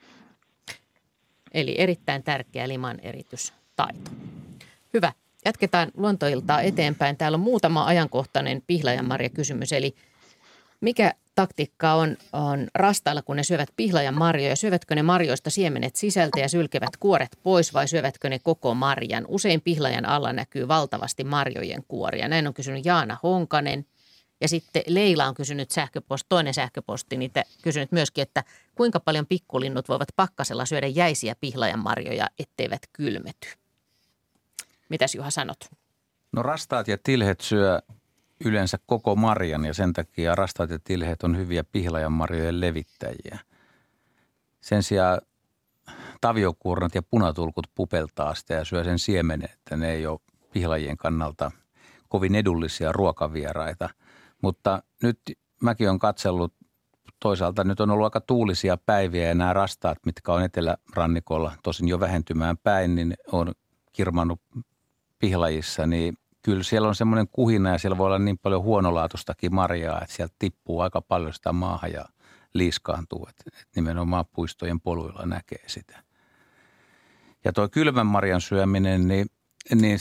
Eli erittäin tärkeä liman eritystaito. Hyvä. Jatketaan Luontoiltaa eteenpäin. Täällä on muutama ajankohtainen pihlajanmarjakysymys. Eli mikä taktiikka on rastailla, kun ne syövät pihlajanmarjoja? Syövätkö ne marjoista siemenet sisältä ja sylkevät kuoret pois vai syövätkö ne koko marjan? Usein pihlajan alla näkyy valtavasti marjojen kuoria. Näin on kysynyt Jaana Honkanen. Ja sitten Leila on kysynyt toinen sähköposti, niitä kysynyt myöskin, että kuinka paljon pikkulinnut voivat pakkasella syödä jäisiä pihlajanmarjoja, etteivät kylmety? Mitäs Juha sanot? No rastaat ja tilhet syö yleensä koko marjan ja sen takia rastaat ja tilhet on hyviä pihlajanmarjojen levittäjiä. Sen sijaan taviokuurnat ja punatulkut pupeltaa sitä ja syö sen siemenen, että ne ei ole pihlajien kannalta kovin edullisia ruokavieraita. Mutta nyt mäkin olen katsellut, toisaalta nyt on ollut aika tuulisia päiviä ja nämä rastaat, mitkä on etelärannikolla tosin jo vähentymään päin, niin on kirmannut pihlajissa, niin kyllä siellä on semmoinen kuhina ja siellä voi olla niin paljon huonolaatustakin marjaa, että sieltä tippuu aika paljon sitä maahan ja liiskaantuu, että nimenomaan puistojen poluilla näkee sitä. Ja tuo kylmän marjan syöminen, niin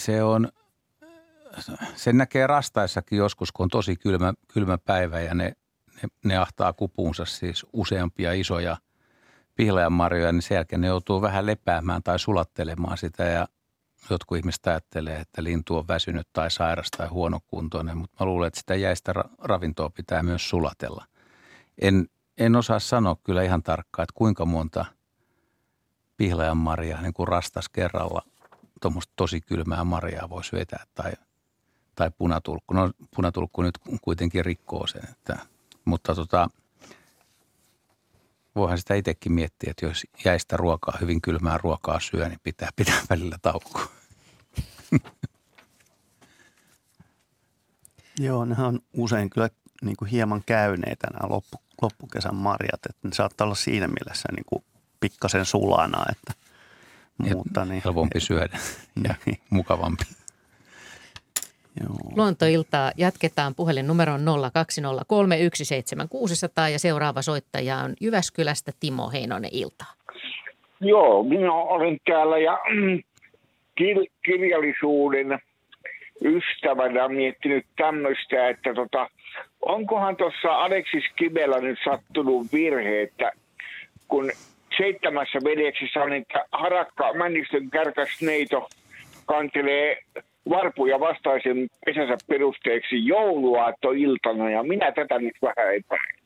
se näkee rastaissakin joskus, kun on tosi kylmä päivä ja ne ahtaa kupuunsa siis useampia isoja pihlajanmarjoja, niin sen jälkeen ne joutuu vähän lepäämään tai sulattelemaan sitä ja jotkut ihmiset ajattelee, että lintu on väsynyt tai sairas tai huonokuntoinen, mutta mä luulen, että sitä jäistä ravintoa pitää myös sulatella. En osaa sanoa kyllä ihan tarkkaan, että kuinka monta pihlajanmarjaa niin kuin rastas kerralla tuommoista tosi kylmää marjaa voisi vetää tai punatulkku. No punatulkku nyt kuitenkin rikkoo sen, mutta voihan sitä itsekin miettiä, että jos jäistä ruokaa, hyvin kylmää ruokaa syö, niin pitää välillä taukoa. Joo, nehän on usein kyllä niin kuin hieman käyneitä nämä loppukesän marjat, että ne saattaa olla siinä mielessä niin kuin pikkasen sulana, että mutta niin. Helpompi syödä ja mukavampi. Joo. Luontoiltaa jatketaan. Puhelin on 020317600 ja seuraava soittaja on Jyväskylästä Timo Heinonen, iltaa. Joo, minä olen täällä ja kirjallisuuden ystävänä miettinyt tämmöistä, että onkohan tuossa Aleksis Kivellä nyt sattunut virhe, että kun 7 vedeksessä on, että harakka Männistön kärkäsneito kantelee varpuja vastaisen pesänsä perusteeksi jouluaattoiltana, ja minä tätä nyt vähän epäilen.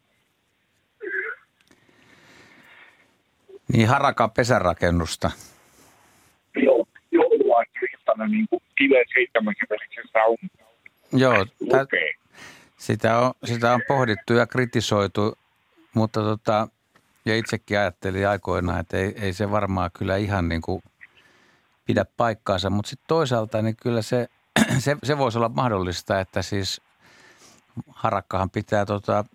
Niin harakan pesärakennusta. Joo, jouluaattoiltana niin kuin Kiven 7 vedeksessä on. Joo, sitä on pohdittu ja kritisoitu, mutta ja itsekin ajattelin aikoinaan, että ei se varmaan kyllä ihan niin kuin pidä paikkaansa, mutta sitten toisaalta niin kyllä se voisi olla mahdollista, että siis harakkahan pitää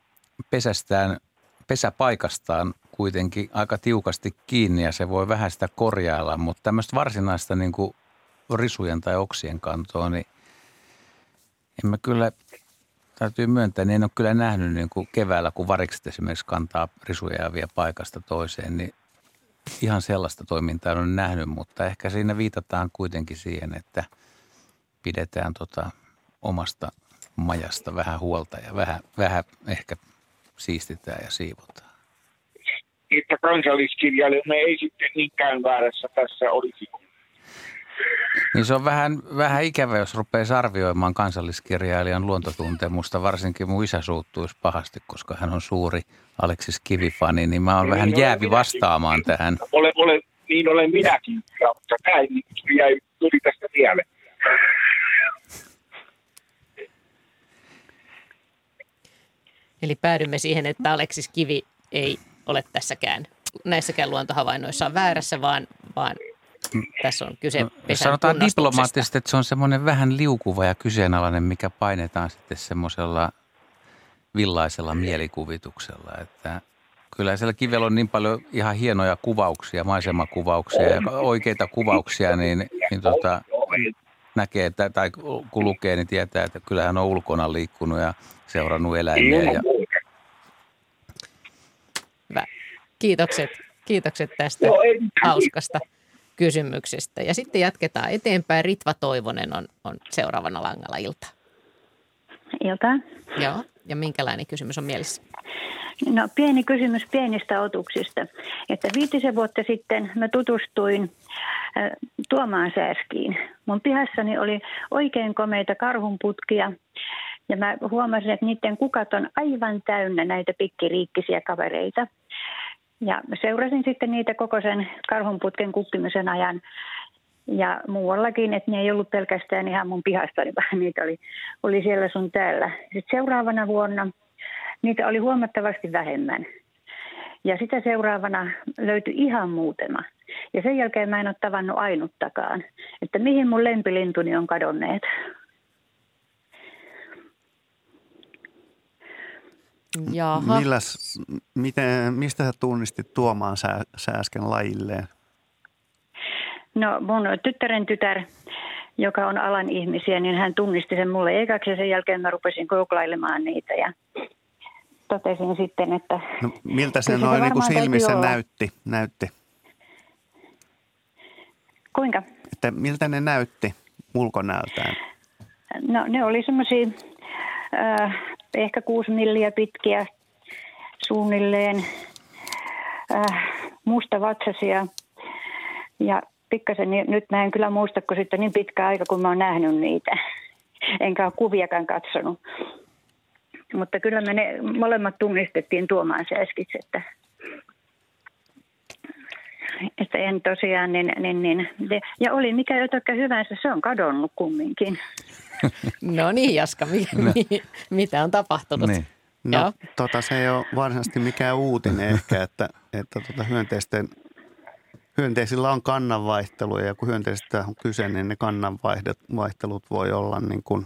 pesäpaikastaan kuitenkin aika tiukasti kiinni ja se voi vähän sitä korjailla, mutta tämmöistä varsinaista niin kuin risujen tai oksien kantoa, niin en mä kyllä, täytyy myöntää, niin en ole kyllä nähnyt niin kuin keväällä, kun varikset esimerkiksi kantaa risuja ja vie paikasta toiseen, niin ihan sellaista toimintaa on nähnyt, mutta ehkä siinä viitataan kuitenkin siihen, että pidetään omasta majasta vähän huolta ja vähän ehkä siistitään ja siivotaan. Että kansalliskirjailijamme ei sitten niinkään väärässä tässä olisi. Niin se on vähän ikävä, jos rupeaa arvioimaan kansalliskirjailijan luontotuntemusta. Varsinkin mun isä suuttuisi pahasti, koska hän on suuri Aleksis Kivi-fani, niin mä oon vähän jäävi vastaamaan tähän. Olen minäkin, mutta näin tuli tästä mieleen. Eli päädymme siihen, että Aleksis Kivi ei ole näissäkään luontohavainnoissaan väärässä, vaan tässä on kyse pesän sanotaan diplomaattisesti, että se on semmoinen vähän liukuva ja kyseenalainen, mikä painetaan sitten semmoisella villaisella mielikuvituksella. Että kyllä siellä kivellä on niin paljon ihan hienoja kuvauksia, maisemakuvauksia ja oikeita kuvauksia, niin näkee, tai kun lukee, niin tietää, että kyllähän on ulkona liikkunut ja seurannut eläimiä. Hyvä. Kiitokset tästä hauskasta kysymyksestä. Ja sitten jatketaan eteenpäin. Ritva Toivonen on seuraavana langalla, iltaa. Iltaa. Joo, ja minkälainen kysymys on mielessä? No pieni kysymys pienistä otuksista. Että 5 vuotta sitten mä tutustuin Tuomaan Sääskiin. Mun pihassani oli oikein komeita karhunputkia ja mä huomasin, että niiden kukat on aivan täynnä näitä pikkiriikkisiä kavereita. Ja seurasin sitten niitä koko sen karhunputken kukkimisen ajan ja muuallakin, että ne ei ollut pelkästään ihan mun pihastani, vaan niitä oli siellä sun täällä. Sitten seuraavana vuonna niitä oli huomattavasti vähemmän. Ja sitä seuraavana löytyi ihan muutama. Ja sen jälkeen mä en ole tavannut ainuttakaan, että mihin mun lempilintuni on kadonneet. Jaha. Mistä sä tunnistit Tuomaan Sääsken lajilleen? No mun tyttären tytär, joka on alan ihmisiä, niin hän tunnisti sen mulle ekaksi ja sen jälkeen mä rupesin googlailemaan niitä ja totesin sitten, että... No, miltä se noin niin kuin silmissä näytti? Kuinka? Että miltä ne näytti ulkonäöltään? No ne oli semmoisia ehkä 6 milliä pitkiä suunnilleen, mustavatsaisia ja pikkasen nyt mä en kyllä muista, kun sitten niin pitkä aika, kun mä oon nähnyt niitä. Enkä ole kuviakaan katsonut. Mutta kyllä me ne molemmat tunnistettiin Tuomaan Sääskiksi, että en tosiaan, ja oli mikä ötökkä hyvänsä, se on kadonnut kumminkin. No niin, Jaska, mitä on tapahtunut? Niin. No, se ei ole varsinaisesti mikään uutinen ehkä, että hyönteisillä on kannanvaihtelua ja kun hyönteisistä on kyse, niin ne kannanvaihtelut voi olla niin kuin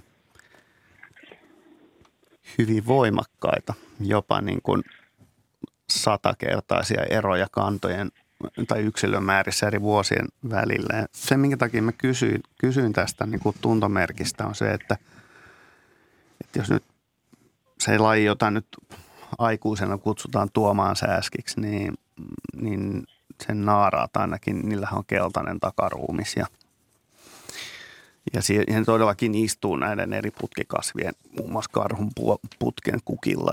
hyvin voimakkaita, jopa niin kuin 100-kertaisia eroja kantojen tai yksilömäärissä eri vuosien välillä. Ja se, minkä takia mä kysyin tästä niin kuin tuntomerkistä, on se, että jos nyt se laji, jota nyt aikuisena kutsutaan tuomaan sääskiksi, niin sen naaraat ainakin, niillähän on keltainen takaruumis ja siihen todellakin istuu näiden eri putkikasvien, muun muassa karhun putken kukilla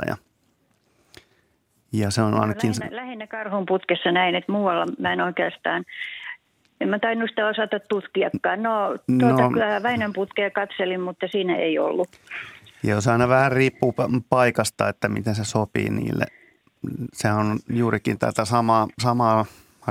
ja se on ainakin... Lähinnä karhun putkessa näin, että muualla mä en oikeastaan, en mä tainnut sitä osata tutkiakaan. Kyllä Väinön putkea katselin, mutta siinä ei ollut. Joo, se aina vähän riippuu paikasta, että miten se sopii niille. Se on juurikin tätä samaa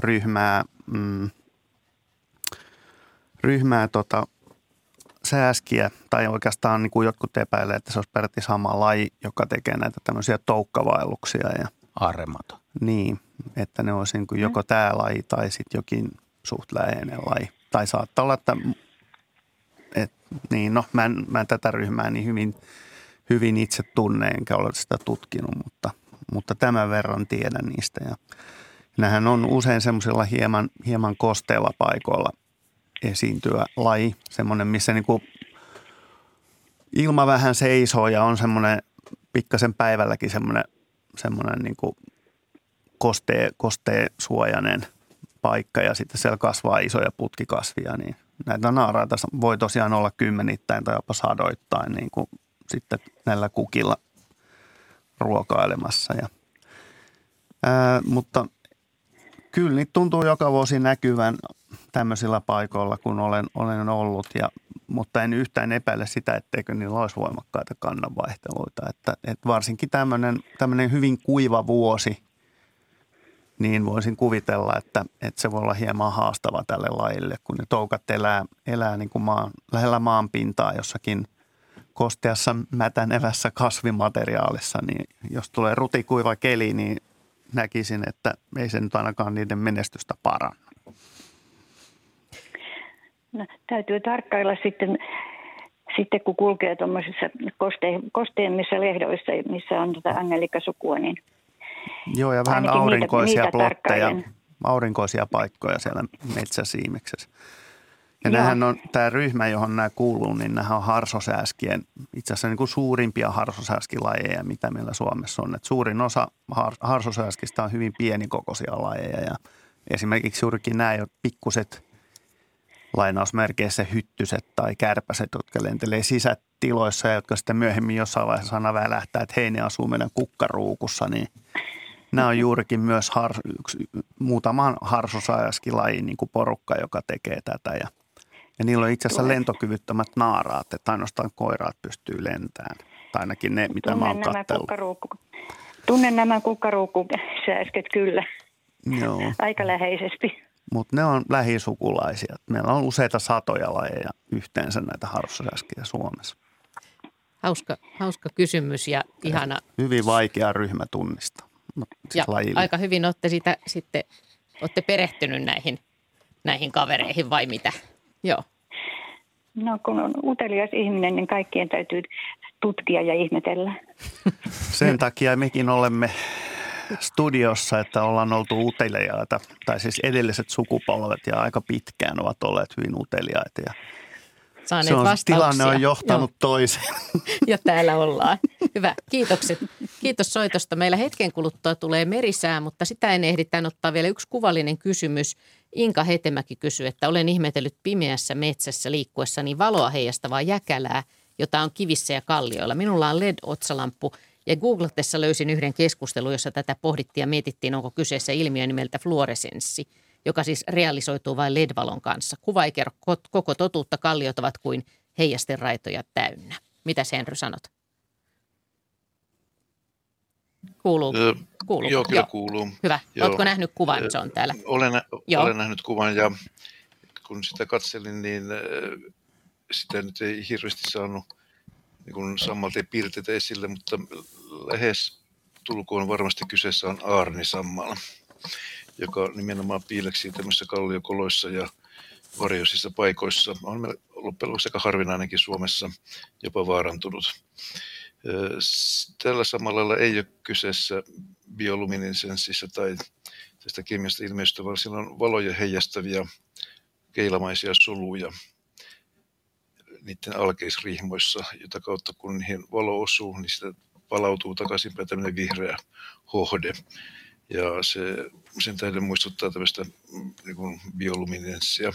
ryhmää sääskiä, tai oikeastaan niin kuin jotkut epäilee, että se olisi periaatteessa sama laji, joka tekee näitä tämmöisiä toukkavaelluksia. Arremato. Niin, että ne olisi niin kuin joko tämä laji tai sitten jokin suht läheinen laji. Tai saattaa olla, että niin, no mä en tätä ryhmää niin hyvin itse tunne, enkä ole sitä tutkinut, mutta tämän verran tiedän niistä. Ja nämähän on usein semmoisilla hieman kosteilla paikoilla esiintyvä laji, semmoinen, missä niinku ilma vähän seisoo ja on semmoinen pikkasen päivälläkin semmoinen niinku kosteesuojainen paikka ja sitten siellä kasvaa isoja putkikasvia, niin näitä naaraita voi tosiaan olla kymmenittäin tai jopa sadoittain niin kuin sitten näillä kukilla ruokailemassa. Mutta kyllä niitä tuntuu joka vuosi näkyvän tämmöisillä paikoilla, kun olen ollut, mutta en yhtään epäile sitä, etteikö niillä olisi voimakkaita kannanvaihteluita. Että varsinkin tämmöinen hyvin kuiva vuosi, niin voisin kuvitella, että se voi olla hieman haastava tälle lajille, kun ne toukat elää niin kuin lähellä maanpintaa jossakin kosteassa mätänevässä kasvimateriaalissa, niin jos tulee rutikuiva keli, niin näkisin, että ei se nyt ainakaan niiden menestystä paranna. No, täytyy tarkkailla sitten kun kulkee tuommoisissa kosteemmissa lehdoissa, missä on angelikasukua, niin joo, ja vähän aurinkoisia plotteja, aurinkoisia paikkoja siellä metsäsiimeksessä. Ja nämähän on, tämä ryhmä, johon nämä kuuluu, niin nämä on harsosääskien, itse asiassa niin kuin suurimpia harsosääskilajeja, mitä meillä Suomessa on. Et suurin osa harsosääskistä on hyvin pienikokoisia lajeja ja esimerkiksi juurikin nämä pikkuset lainausmerkeissä hyttyset tai kärpäset, jotka lentelee sisätiloissa ja jotka sitten myöhemmin jossain vaiheessa aina välähtää, että hei, ne asuu meidän kukkaruukussa, niin nämä on juurikin myös muutaman harsosääskilajin niin kuin porukka, joka tekee tätä ja niillä on itse asiassa lentokyvyttömät naaraat, että ainoastaan koiraat pystyy lentämään. Tai ainakin ne, mitä mä oon katsellut. Tunnen nämä kukkaruukkosääsket kyllä. Joo. Aika läheisesti. Mutta ne on lähisukulaisia. Meillä on useita satoja lajeja yhteensä näitä harsosääskiä Suomessa. Hauska kysymys ja ihana. Hyvin vaikea ryhmä tunnistaa. Ja aika hyvin olette perehtynyt näihin kavereihin vai mitä? Joo. No kun on utelias ihminen, niin kaikkien täytyy tutkia ja ihmetellä. Sen takia mekin olemme studiossa, että ollaan oltu uteliaita, tai siis edelliset sukupolvet ja aika pitkään ovat olleet hyvin uteliaita. Ja saaneet vastauksia. Tilanne on johtanut toiseen. Ja täällä ollaan. Hyvä, kiitokset. Kiitos soitosta. Meillä hetken kuluttua tulee merisää, mutta sitä en ehditään ottaa vielä yksi kuvallinen kysymys. Inka Hetemäki kysyy, että olen ihmetellyt pimeässä metsässä liikkuessani valoa heijastavaa jäkälää, jota on kivissä ja kallioilla. Minulla on LED-otsalamppu ja googlatessa löysin yhden keskustelun, jossa tätä pohdittiin ja mietittiin, onko kyseessä ilmiö nimeltä fluoresenssi, joka siis realisoituu vain LED-valon kanssa. Kuva ei kerro koko totuutta, kalliot ovat kuin heijasteraitoja täynnä. Mitä Henry sanot? Kuuluu? Joo, kyllä kuuluu. Hyvä. Joo. Oletko nähnyt kuvan, se on täällä? Olen nähnyt kuvan ja kun sitä katselin, niin sitä nyt ei hirveästi saanut niin sammalta piirteitä esille, mutta lähes tulkoon varmasti kyseessä on aarnisammala, joka nimenomaan piileksii tämmöisissä kalliokoloissa ja varjoisissa paikoissa. On meillä ollut aika harvinainenkin Suomessa, jopa vaarantunut. Tällä samalla ei ole kyseessä bioluminescenssissa tai tästä kemiasta ilmeistä, vaan siellä on valoja heijastavia keilamaisia soluja niiden alkeisrihmoissa, jota kautta kun niihin valo osuu, niin sitä palautuu takaisinpäin tämmöinen vihreä hohde. Ja sen tähden muistuttaa tämmöistä niin kuin bioluminessia.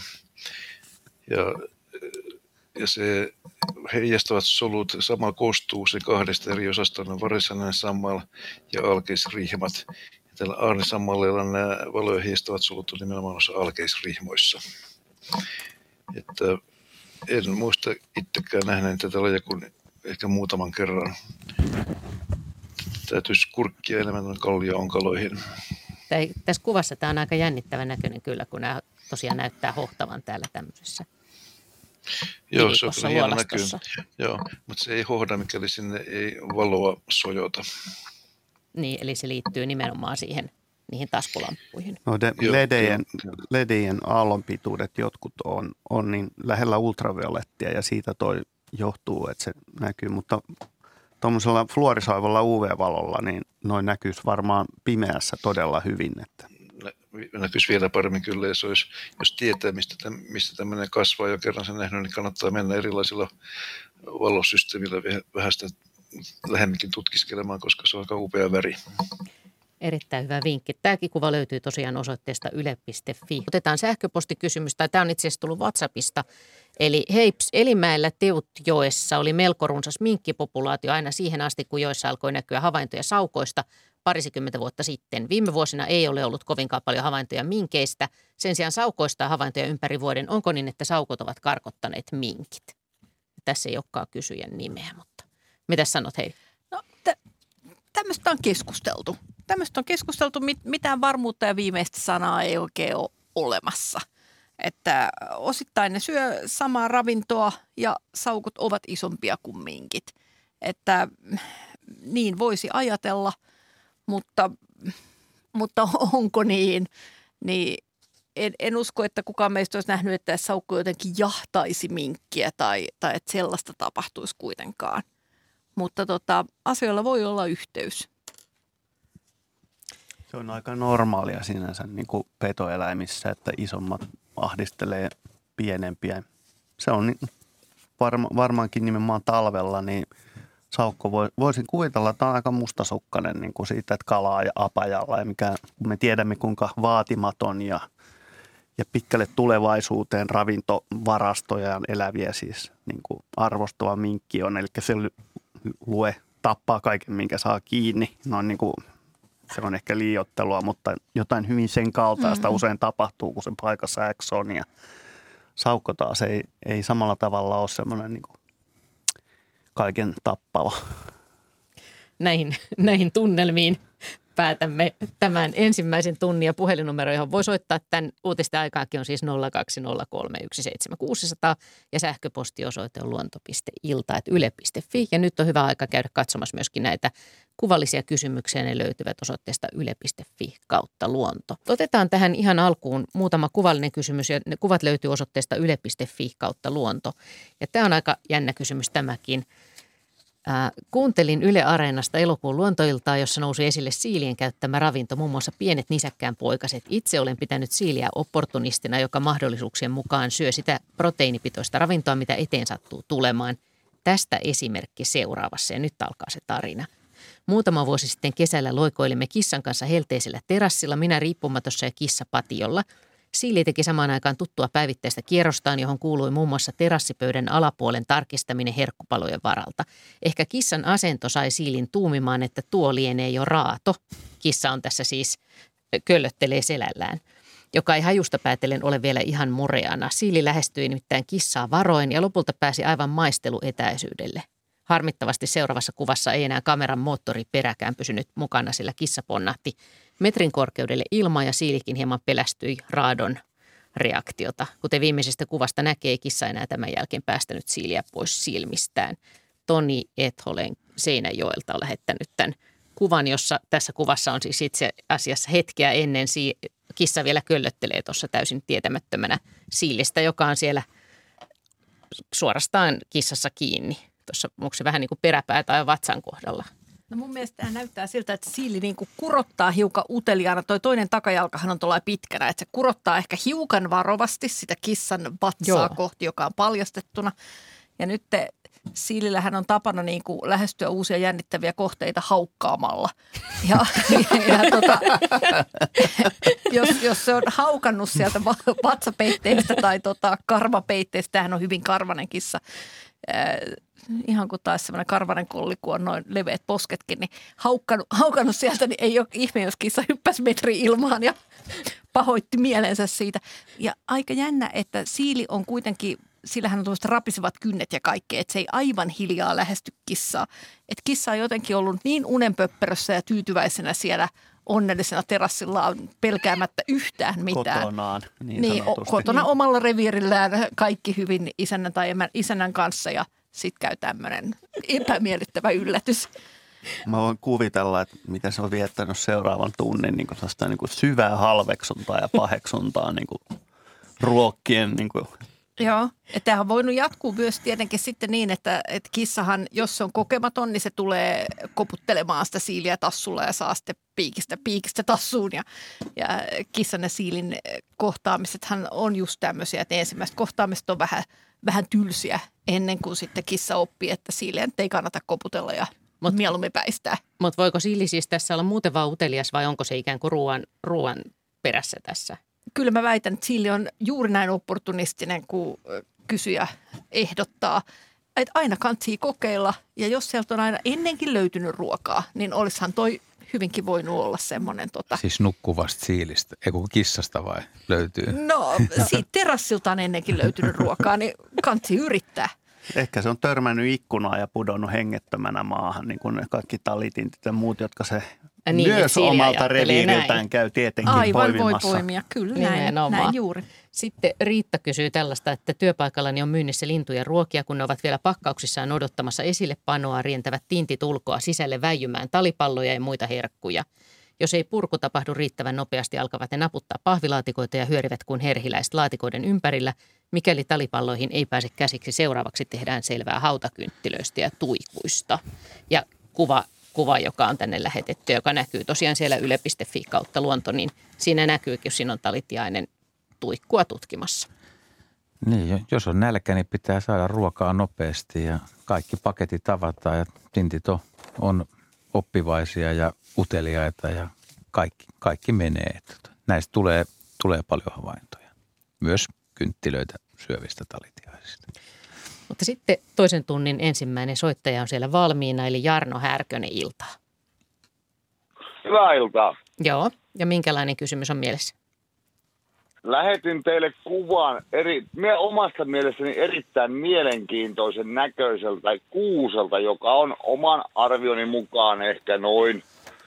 Ja se heijastavat solut, sama koostuu se kahdesta eri osasta, on varsinainen sammal ja alkeisrihmat. Ja tällä aarnisammalleilla nämä valoja heijastavat solut on nimenomaan noissa alkeisrihmoissa. Että en muista itsekään nähneen tätä lajia kuin ehkä muutaman kerran. Täytyisi kurkkia enemmän kallio-onkaloihin. Tässä kuvassa tämä on aika jännittävän näköinen kyllä, kun nämä tosiaan näyttää hohtavan täällä tämmöisessä. Joo, se on kyllä hieno näkyy. Joo, mutta se ei hohda, mikäli sinne ei valoa sojota. Niin, eli se liittyy nimenomaan niihin taskulamppuihin. No ledien aallonpituudet jotkut on niin lähellä ultraviolettia ja siitä toi johtuu, että se näkyy, mutta tuommoisella fluorisoivalla UV-valolla niin noin näkyisi varmaan pimeässä todella hyvin. Että. Näkyisi vielä paremmin kyllä, ja se olisi, jos tietää, mistä tämmöinen kasvaa jo kerran sen nähnyt, niin kannattaa mennä erilaisilla valosysteemillä vähän sitä lähemminkin tutkiskelemaan, koska se on aika upea väri. Erittäin hyvä vinkki. Tämäkin kuva löytyy tosiaan osoitteesta yle.fi. Otetaan sähköpostikysymys, tai tämä on itse asiassa tullut WhatsAppista. Eli heips, Elimäellä Teutjoessa oli melko runsas minkkipopulaatio aina siihen asti, kun joissa alkoi näkyä havaintoja saukoista parisikymmentä vuotta sitten. Viime vuosina ei ole ollut kovinkaan paljon havaintoja minkeistä. Sen sijaan saukoista on havaintoja ympäri vuoden. Onko niin, että saukot ovat karkottaneet minkit? Tässä ei olekaan kysyjän nimeä, mutta mitä sanot, Heidi? No, tämmöistä on keskusteltu. Mitään varmuutta ja viimeistä sanaa ei oikein ole olemassa. Että osittain ne syö samaa ravintoa ja saukot ovat isompia kuin minkit. Että niin voisi ajatella, mutta onko niin en usko, että kukaan meistä olisi nähnyt, että saukko jotenkin jahtaisi minkkiä tai että sellaista tapahtuisi kuitenkaan. Mutta asioilla voi olla yhteys. Se on aika normaalia sinänsä niin kuin petoeläimissä, että isommat ahdistelee pienempiä. Se on varmaankin nimenomaan talvella, niin saukko voisin kuvitella, että on aika mustasukkainen niin kuin siitä, että kalaa ja apajalla. Ja kun me tiedämme, kuinka vaatimaton ja pitkälle tulevaisuuteen ravintovarastoja eläviä siis niin kuin arvostava minkki on. Eli se tappaa kaiken, minkä saa kiinni. Niin kuin, se on ehkä liioittelua, mutta jotain hyvin sen kaltaista usein tapahtuu, kun se paikassa X on. Ja saukko taas ei samalla tavalla ole semmoinen niin kuin kaiken tappava. Näihin tunnelmiin päätämme tämän ensimmäisen tunnin, ja puhelinnumero, johon voi soittaa tämän uutisten aikaakin, on siis 020317600 ja sähköpostiosoite on luonto.ilta@yle.fi. Ja nyt on hyvä aika käydä katsomassa myöskin näitä kuvallisia kysymyksiä. Ne löytyvät osoitteesta yle.fi/luonto. Otetaan tähän ihan alkuun muutama kuvallinen kysymys, ja ne kuvat löytyy osoitteesta yle.fi/luonto. Ja tämä on aika jännä kysymys tämäkin. Kuuntelin Yle Areenasta elokuun luontoiltaa, jossa nousi esille siilien käyttämä ravinto, muun muassa pienet nisäkkään poikaset. Itse olen pitänyt siiliä opportunistina, joka mahdollisuuksien mukaan syö sitä proteiinipitoista ravintoa, mitä eteen sattuu tulemaan. Tästä esimerkki seuraavassa, ja nyt alkaa se tarina. Muutama vuosi sitten kesällä loikoilimme kissan kanssa helteisellä terassilla, minä riippumatossa ja kissa patiolla. Siili teki samaan aikaan tuttua päivittäistä kierrostaan, johon kuului muun muassa terassipöydän alapuolen tarkistaminen herkkupalojen varalta. Ehkä kissan asento sai siilin tuumimaan, että tuo lienee jo raato. Kissa on tässä siis, köllöttelee selällään, joka ei hajusta päätellen ole vielä ihan mureana. Siili lähestyi nimittäin kissaa varoen ja lopulta pääsi aivan maisteluetäisyydelle. Harmittavasti seuraavassa kuvassa ei enää kameran moottoriperäkään pysynyt mukana, sillä kissa ponnahti metrin korkeudelle ilmaan ja siilikin hieman pelästyi raadon reaktiota. Kuten viimeisestä kuvasta näkee, ei kissa enää tämän jälkeen päästänyt siiliä pois silmistään. Toni Etholen Seinäjoelta on lähettänyt tämän kuvan, jossa tässä kuvassa on siis itse asiassa hetkeä ennen kissa vielä köllöttelee tuossa täysin tietämättömänä siilistä, joka on siellä suorastaan kissassa kiinni. Tuossa onko se vähän niin kuin peräpää tai vatsan kohdalla? No mun mielestä tämä näyttää siltä, että siili niinku kurottaa hiukan uteliaana. Toi toinen takajalkahan on tuolla pitkänä, että se kurottaa ehkä hiukan varovasti sitä kissan vatsaa kohti, joka on paljastettuna. Ja nyt siilillähän on tapana niinku lähestyä uusia jännittäviä kohteita haukkaamalla. Jos se on haukannut sieltä vatsapeitteistä tai karvapeitteistä, tämähän on hyvin karvanen kissa, ihan kuin taas semmoinen karvanen kolli, kun on noin leveät posketkin, niin haukannut sieltä, niin ei ole ihme, jos kissa hyppäsi metri ilmaan ja pahoitti mielensä siitä. Ja aika jännä, että siili on kuitenkin, sillähän on tuollaiset rapisevat kynnet ja kaikkea, että se ei aivan hiljaa lähesty kissaa. Että kissa on jotenkin ollut niin unenpöpperössä ja tyytyväisenä siellä onnellisena terassillaan pelkäämättä yhtään mitään. Kotonaan, niin kotona omalla reviirillään kaikki hyvin isännän tai isännän kanssa ja sitten käy tämmöinen epämiellyttävä yllätys. Mä voin kuvitella, että miten se on viettänyt seuraavan tunnin niin kuin syvää halveksuntaa ja paheksuntaa niin kuin ruokkien. Niin kuin. Joo, että tämähän on voinut jatkuu myös tietenkin sitten niin, että kissahan, jos se on kokematon, niin se tulee koputtelemaan sitä siiliä tassulla ja saa sitten piikistä tassuun. Ja kissan ja siilin kohtaamisethan on just tämmöisiä, että ensimmäiset kohtaamiset on vähän tylsiä ennen kuin sitten kissa oppii, että siiliä ei kannata koputella ja mieluummin päistää. Mutta voiko siili siis tässä olla muuten vaan utelias vai onko se ikään kuin ruoan perässä tässä? Kyllä mä väitän, että siili on juuri näin opportunistinen, kun kysyjä ehdottaa, että aina kantsii kokeilla. Ja jos sieltä on aina ennenkin löytynyt ruokaa, niin olisihan toi hyvinkin voinut olla semmoinen. Siis nukkuvasta siilistä, ei kun kissasta vai löytyy? No, siitä terassilta on ennenkin löytynyt ruokaa, niin kantsii yrittää. Ehkä se on törmännyt ikkunaa ja pudonnut hengettömänä maahan, niin kuin ne kaikki talitintit ja muut, jotka se niin, myös omalta reviiriltään käy tietenkin poimimassa. Aivan voi poimia, kyllä näin juuri. Sitten Riitta kysyy tällaista, että työpaikallani on myynnissä lintuja ruokia, kun ne ovat vielä pakkauksissaan odottamassa esille panoa, rientävät tintit ulkoa sisälle väijymään talipalloja ja muita herkkuja. Jos ei purku tapahdu riittävän nopeasti, alkavat ne naputtaa pahvilaatikoita ja hyörivät kuin herhiläiset laatikoiden ympärillä. Mikäli talipalloihin ei pääse käsiksi, seuraavaksi tehdään selvää hautakynttilöistä ja tuikuista. Ja kuva, joka on tänne lähetetty, joka näkyy tosiaan siellä yle.fi kautta luonto, niin siinä näkyykin, jos siinä on talitiainen tuikkua tutkimassa. Niin, jos on nälkä, niin pitää saada ruokaa nopeasti ja kaikki paketit avataan ja tintit on oppivaisia ja uteliaita ja kaikki menee. Näistä tulee paljon havaintoja. Myös kynttilöitä syövistä talitiaisista. Mutta sitten toisen tunnin ensimmäinen soittaja on siellä valmiina, eli Jarno Härkönen, iltaa. Hyvää iltaa. Joo, ja minkälainen kysymys on mielessä? Lähetin teille kuvan omasta mielestäni erittäin mielenkiintoisen näköiseltä kuuselta, joka on oman arvioni mukaan ehkä noin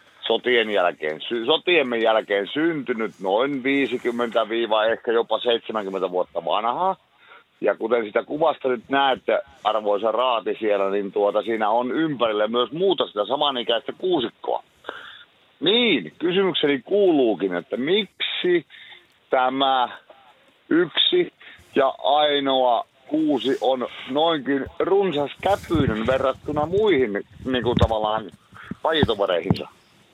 sotiemme jälkeen syntynyt noin 50- ehkä jopa 70 vuotta vanhaa. Ja kuten sitä kuvasta nyt näette, arvoisa Raati siellä, niin siinä on ympärillä myös muuta sitä samanikäistä kuusikkoa. Niin, kysymykseni kuuluukin, että miksi tämä yksi ja ainoa kuusi on noinkin runsas käpyinen verrattuna muihin niin kuin tavallaan lajitovereihinsa?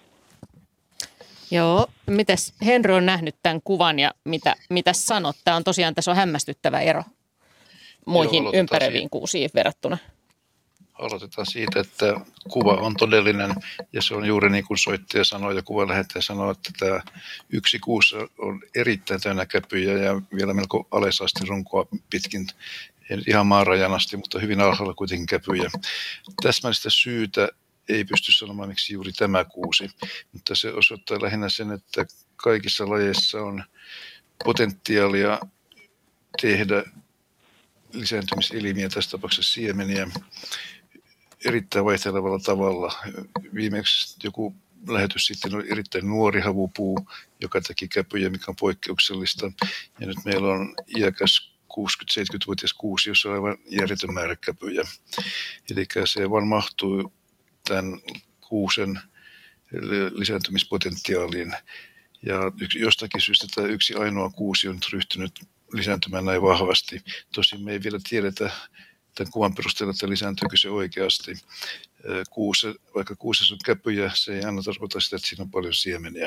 Joo, mitäs Henry on nähnyt tämän kuvan ja mitä sanot? Tämä on tosiaan, tässä on hämmästyttävä ero muihin ympäröiviin kuusiin verrattuna. Aloitetaan siitä, että kuva on todellinen ja se on juuri niin kuin soittaja sanoi ja kuvanlähettäjä sanoi, että tämä yksi kuusi on erittäin täynnä käpyjä ja vielä melko alesasti runkoa pitkin. Ei nyt ihan maarajan asti, mutta hyvin alhaalla kuitenkin käpyjä. Täsmällistä syytä ei pysty sanomaan, miksi juuri tämä kuusi, mutta se osoittaa lähinnä sen, että kaikissa lajeissa on potentiaalia tehdä lisääntymiselimiä, tässä tapauksessa siemeniä, erittäin vaihtelevalla tavalla. Viimeksi joku lähetys sitten oli erittäin nuori havupuu, joka teki käpyjä, mikä on poikkeuksellista. Ja nyt meillä on iäkäs 60-70-vuotias kuusi, jossa on aivan järjetön määrä käpyjä. Eli se vaan mahtuu tämän kuusen lisääntymispotentiaaliin. Ja jostakin syystä tämä yksi ainoa kuusi on ryhtynyt lisääntymään näin vahvasti. Tosin me ei vielä tiedetä tämän kuvan perusteella, että lisääntyykö se oikeasti. vaikka kuusessa on käpyjä, se ei aina tarkoita sitä, että siinä on paljon siemeniä.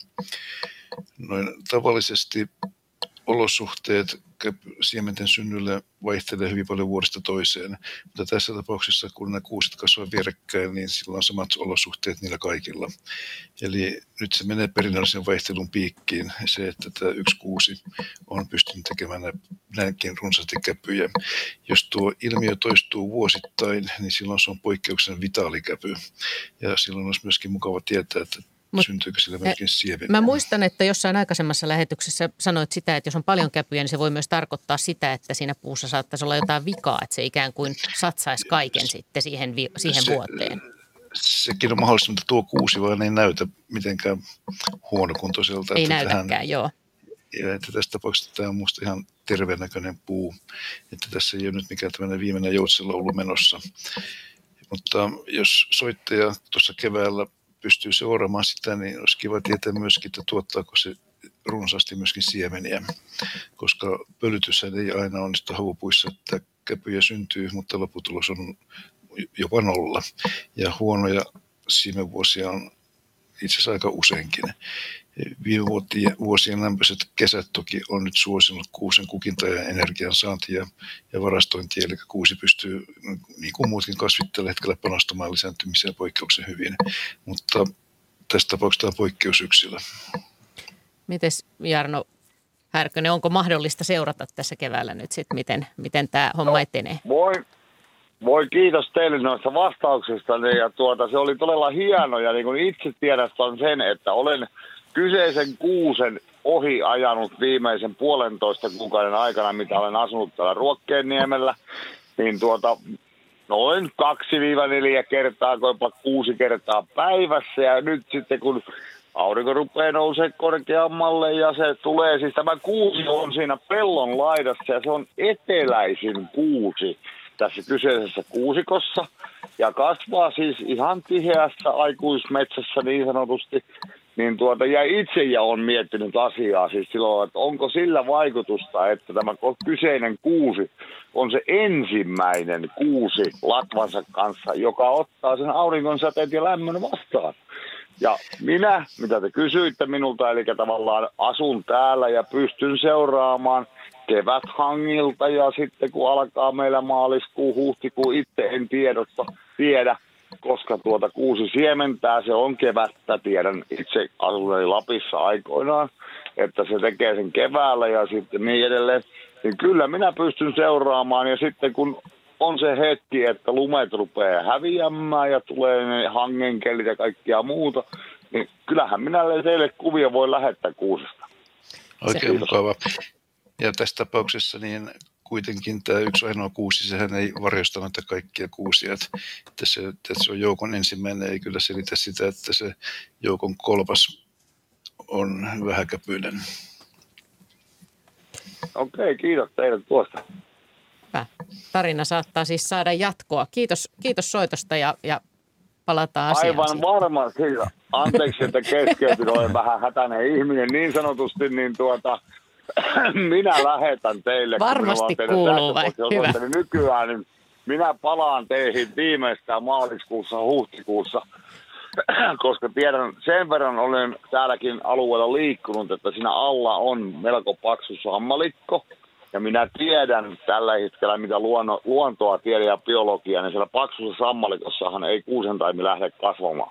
Noin tavallisesti olosuhteet siementen synnylle vaihtelee hyvin paljon vuodesta toiseen, mutta tässä tapauksessa, kun nämä kuuset kasvaa vierekkäin, niin sillä on samat olosuhteet niillä kaikilla. Eli nyt se menee perinnöllisen vaihtelun piikkiin, se, että tämä yksi kuusi on pystynyt tekemään näinkin runsaasti käpyjä. Jos tuo ilmiö toistuu vuosittain, niin silloin se on poikkeuksellinen vitaalikäpy, ja silloin olisi myöskin mukava tietää, että syntyykö sillä myöskin siemeniä? Mä muistan, että jossain aikaisemmassa lähetyksessä sanoit sitä, että jos on paljon käpyjä, niin se voi myös tarkoittaa sitä, että siinä puussa saattaisi olla jotain vikaa, että se ikään kuin satsaisi kaiken sitten siihen vuoteen. Sekin on mahdollista, mutta tuo kuusi vaan ei näytä mitenkään huonokuntoiselta. Ei näytäkään, joo. Ja että tässä tapauksessa tämä on minusta ihan terveenäköinen puu, että tässä ei ole nyt mikään tämmöinen viimeinen joutsella ollut menossa. Mutta jos soittaja tuossa keväällä pystyy seuraamaan sitä, niin olisi kiva tietää myöskin, että tuottaako se runsaasti myöskin siemeniä, koska pölytyshän ei aina onnistu havupuissa, että käpyjä syntyy, mutta lopputulos on jopa nolla. Ja huonoja siemenvuosia on itse asiassa aika useinkin. Viime vuosien lämpöiset kesät toki on nyt suosinut kuusen kukintaa ja energiansaantia ja varastointia, eli kuusi pystyy, niin kuin muutkin kasvit tällä hetkellä, panostamaan lisääntymiseen poikkeuksen hyvin, mutta tässä tapauksessa tämä on poikkeusyksilö. Mites Jarno Härkönen, onko mahdollista seurata tässä keväällä nyt sitten, miten tämä homma etenee? Voi kiitos teille noista vastauksista, ja se oli todella hieno, ja niin kuin itse tiedostan sen, että olen kyseisen kuusen ohi ajanut viimeisen 1,5 kuukauden aikana, mitä olen asunut täällä Ruokkeenniemellä, niin noin 2-4 kertaa, jopa 6 kertaa päivässä, ja nyt sitten kun aurinko rupeaa nousee korkeammalle ja se tulee, siis tämä kuusi on siinä pellon laidassa ja se on eteläisin kuusi tässä kyseisessä kuusikossa ja kasvaa siis ihan tiheässä aikuismetsässä niin sanotusti. Niin ja itse olen miettinyt asiaa siis silloin, että onko sillä vaikutusta, että tämä kyseinen kuusi on se ensimmäinen kuusi latvansa kanssa, joka ottaa sen auringon säteet ja lämmön vastaan. Ja minä, mitä te kysyitte minulta, eli tavallaan asun täällä ja pystyn seuraamaan keväthangilta ja sitten kun alkaa meillä maaliskuu, huhtikuu, itse en tiedä, koska kuusi siementää, se on kevättä, tiedän itse asuneeni Lapissa aikoinaan, että se tekee sen keväällä ja sitten niin edelleen. Niin kyllä minä pystyn seuraamaan ja sitten kun on se hetki, että lumet rupeaa häviämään ja tulee ne hangenkelit ja kaikkia muuta, niin kyllähän minä teille kuvia voi lähettää kuusesta. Oikein mukava. Ja tässä tapauksessa niin kuitenkin tämä yksi ainoa kuusi, sehän ei varjosta noita kaikkia kuusia. Että se on joukon ensimmäinen, ei kyllä selitä sitä, että se joukon kolmas on vähäkäpyinen. Okei, kiitos teille tuosta. Tarina saattaa siis saada jatkoa. Kiitos soitosta ja palataan asiaan. Aivan varmasti. Anteeksi, että keskeytin, olen vähän hätäinen ihminen niin sanotusti, niin minä lähetän teille. Varmasti kuuluu vai? Hyvä. Nykyään niin minä palaan teihin viimeistään maaliskuussa, huhtikuussa, koska tiedän, sen verran olen täälläkin alueella liikkunut, että siinä alla on melko paksu sammalikko. Ja minä tiedän tällä hetkellä, mitä luontoa tiedän ja biologiaa, niin siellä paksussa sammalikossahan ei kuusentaimi lähde kasvamaan.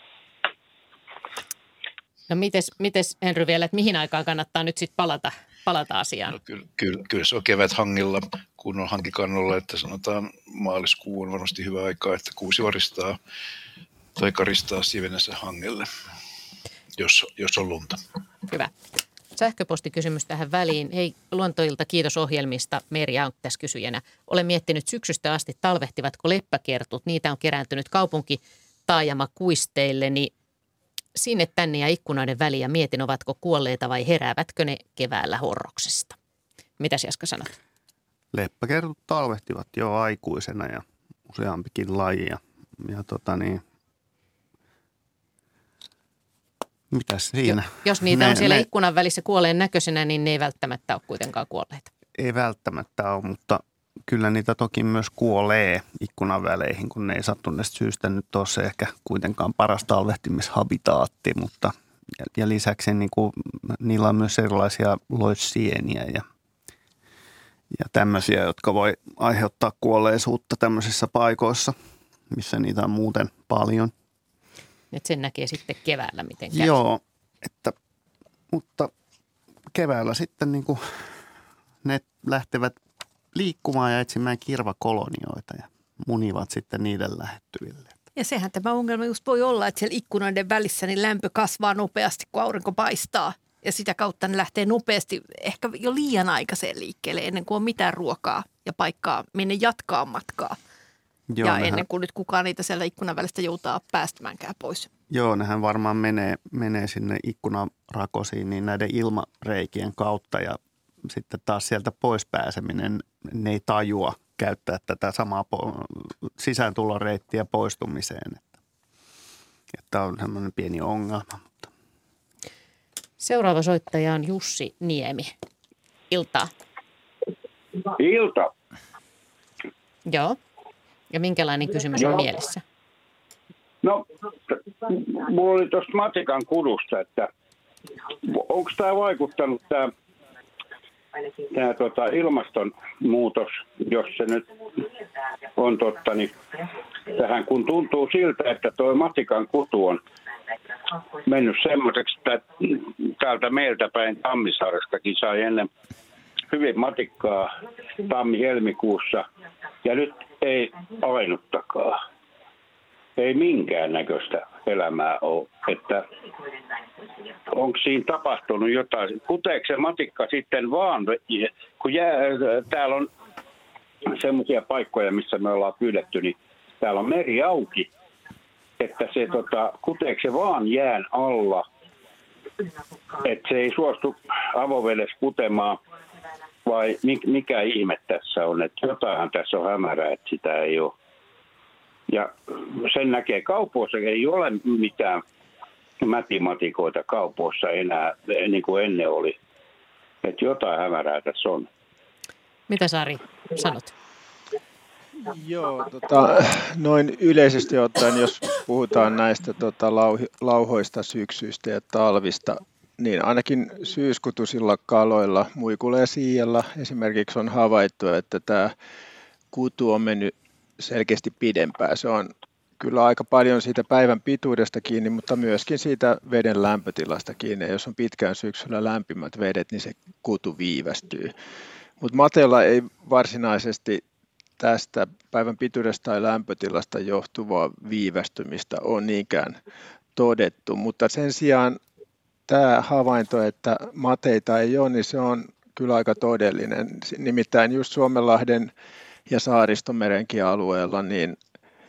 No mites Henry vielä, että mihin aikaan kannattaa nyt sitten palata asiaan? No kyllä se on keväthangilla, kun on hankikannolla, että sanotaan maaliskuu on varmasti hyvä aika, että kuusi varistaa tai karistaa siemenensä hangelle, jos on lunta. Hyvä. Sähköpostikysymys tähän väliin. Hei Luontoilta, kiitos ohjelmista. Merja on tässä kysyjänä. Olen miettinyt syksystä asti, talvehtivatko leppäkertut. Niitä on kerääntynyt kaupunkitaajamakuisteille, niin sinne tänne ja ikkunoiden väliin ja mietin, ovatko kuolleita vai heräävätkö ne keväällä horroksesta. Mitäs Jaska sanot? Leppäkertut talvehtivat jo aikuisena ja useampikin laji. Ja mitäs siinä? Jos niitä on siellä ikkunan välissä kuolleen näköisenä, niin ne ei välttämättä ole kuitenkaan kuolleita. Ei välttämättä ole, mutta kyllä niitä toki myös kuolee ikkunan väleihin, kun ne ei sattuneesta syystä nyt ole se ehkä kuitenkaan paras talvehtimishabitaatti, mutta ja lisäksi niin kuin, niillä on myös erilaisia loissieniä ja tämmöisiä, jotka voi aiheuttaa kuolleisuutta tämmöisissä paikoissa, missä niitä on muuten paljon. Nyt sen näkee sitten keväällä, miten käy. Joo, mutta keväällä sitten niin kuin ne lähtevät liikkumaan ja etsimään kirvakolonioita ja munivat sitten niiden lähettyville. Ja sehän tämä ongelma just voi olla, että siellä ikkunoiden välissä niin lämpö kasvaa nopeasti, kun aurinko paistaa. Ja sitä kautta ne lähtee nopeasti, ehkä jo liian aikaiseen liikkeelle, ennen kuin on mitään ruokaa ja paikkaa, minne jatkaa matkaa. Joo, ja ennen kuin nyt kukaan niitä sieltä ikkunan välistä joutaa päästämäänkään pois. Joo, nehän varmaan menee sinne ikkunarakosiin niin näiden ilmareikien kautta ja sitten taas sieltä pois pääseminen, ne ei tajua käyttää tätä samaa sisääntuloreittiä poistumiseen. Että on semmoinen pieni ongelma. Seuraava soittaja on Jussi Niemi. Iltaa. Ilta. Joo. Ja minkälainen kysymys on mielessä? No, mulla oli tuosta matikan kudusta, että onko tämä vaikuttanut tämä ilmastonmuutos, jos se nyt on totta, niin tähän kun tuntuu siltä, että tuo matikan kutu on mennyt semmoiseksi, että täältä meiltä päin Tammisaarestakin sai ennen hyvin matikkaa tammi-helmikuussa ja nyt ei ainuttakaan. Ei minkäännäköistä elämää ole, että onko siinä tapahtunut jotain. Kuteeko se matikka sitten vaan, kun täällä on semmoisia paikkoja, missä me ollaan pyydetty, niin täällä on meri auki, että se kuteeko se vaan jään alla, että se ei suostu avovedessä kutemaan, vai mikä ihme tässä on, että jotainhan tässä on hämärää, että sitä ei ole. Ja sen näkee kaupoissa, ei ole mitään mätimatikoita kaupoissa enää, niin kuin ennen oli. Että jotain hämärää tässä on. Mitä Sari sanot? Joo, noin yleisesti ottaen, jos puhutaan näistä lauhoista syksyistä ja talvista, niin ainakin syyskutusilla kaloilla, muikulla ja siijalla esimerkiksi on havaittu, että tämä kutu on mennyt selkeästi pidempään. Se on kyllä aika paljon siitä päivän pituudesta kiinni, mutta myöskin siitä veden lämpötilasta kiinni. Ja jos on pitkään syksyllä lämpimät vedet, niin se kutu viivästyy. Mutta mateella ei varsinaisesti tästä päivän pituudesta tai lämpötilasta johtuvaa viivästymistä ole niinkään todettu. Mutta sen sijaan tämä havainto, että mateita ei ole, niin se on kyllä aika todellinen. Nimittäin just Suomenlahden ja Saaristomerenkin alueella, niin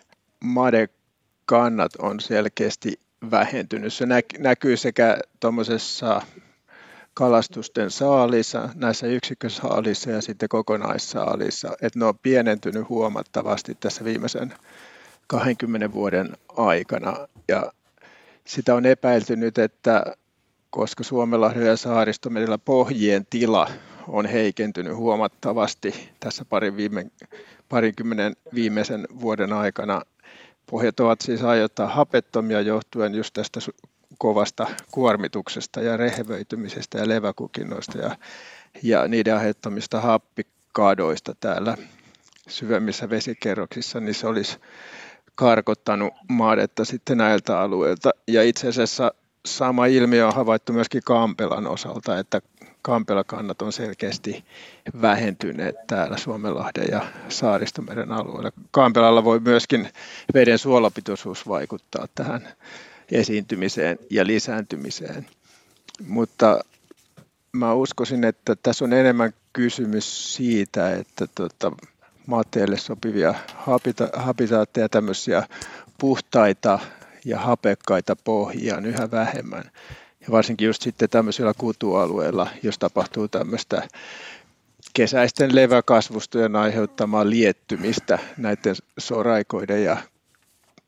madekannat on selkeästi vähentynyt. Se näkyy sekä tuommoisessa kalastusten saalissa, näissä yksikkösaalissa ja sitten kokonaissaalissa, että ne on pienentynyt huomattavasti tässä viimeisen 20 vuoden aikana. Ja sitä on epäilty nyt, että koska Suomenlahdella ja Saaristomerellä pohjien tila on heikentynyt huomattavasti tässä parinkymmenen viimeisen vuoden aikana. Pohjat ovat siis aiheuttaa hapettomia johtuen just tästä kovasta kuormituksesta ja rehevöitymisestä ja leväkukinnoista ja niiden aiheuttamista happikadoista täällä syvemmissä vesikerroksissa, niin se olisi karkottanut madetta sitten näiltä alueilta. Ja itse asiassa sama ilmiö on havaittu myöskin Kampelan osalta, että kampelakannat on selkeästi vähentyneet täällä Suomenlahden ja Saaristomeren alueella. Kampelalla voi myöskin veden suolapitoisuus vaikuttaa tähän esiintymiseen ja lisääntymiseen. Mutta mä uskoisin, että tässä on enemmän kysymys siitä, että mateelle sopivia habitaatteja, tämmöisiä puhtaita ja hapekkaita pohjia on yhä vähemmän. Ja varsinkin just sitten tämmöisillä kutualueilla, jos tapahtuu tämmöistä kesäisten leväkasvustojen aiheuttamaa liettymistä näiden soraikoiden ja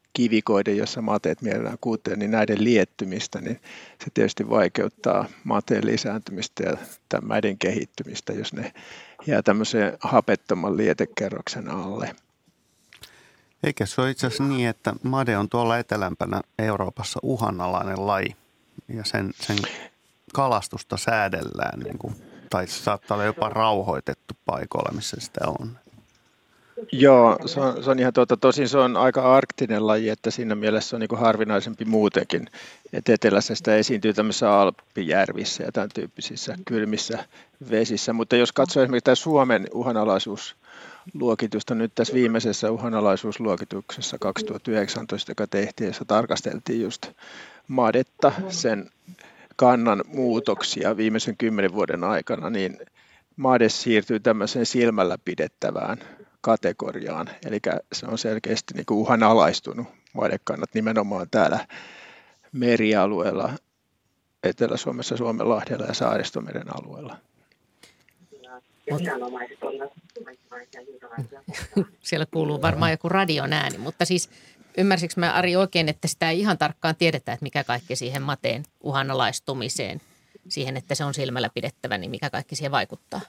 kivikoiden, jossa mateet mielellään kuuteen, niin näiden liettymistä, niin se tietysti vaikeuttaa mateen lisääntymistä ja tämän mäden kehittymistä, jos ne jää tämmöiseen hapettoman lietekerroksen alle. Eikä se ole itse asiassa niin, että made on tuolla etelämpänä Euroopassa uhanalainen laji ja sen kalastusta säädellään, niin kuin, tai se saattaa olla jopa rauhoitettu paikoilla, missä sitä on. Joo, se on ihan tosin se on aika arktinen laji, että siinä mielessä se on niin kuin harvinaisempi muutenkin. Et etelässä sitä esiintyy tämmöisissä alppijärvissä ja tämän tyyppisissä kylmissä vesissä. Mutta jos katsoo esimerkiksi tämä Suomen uhanalaisuusluokitusta nyt tässä viimeisessä uhanalaisuusluokituksessa 2019, joka tehtiin, jossa tarkasteltiin just madetta, sen kannan muutoksia viimeisen 10 vuoden aikana, niin made siirtyy tämmöiseen silmällä pidettävään kategoriaan, eli se on selkeästi niin kuin uhanalaistunut madekannat nimenomaan täällä merialueella, Etelä-Suomessa, Suomenlahdella ja Saaristomeren alueella. Siellä kuuluu varmaan joku radion ääni, mutta siis ymmärsikö mä Ari oikein, että sitä ei ihan tarkkaan tiedetä, että mikä kaikki siihen mateen uhanalaistumiseen, siihen, että se on silmällä pidettävä, niin mikä kaikki siihen vaikuttaa?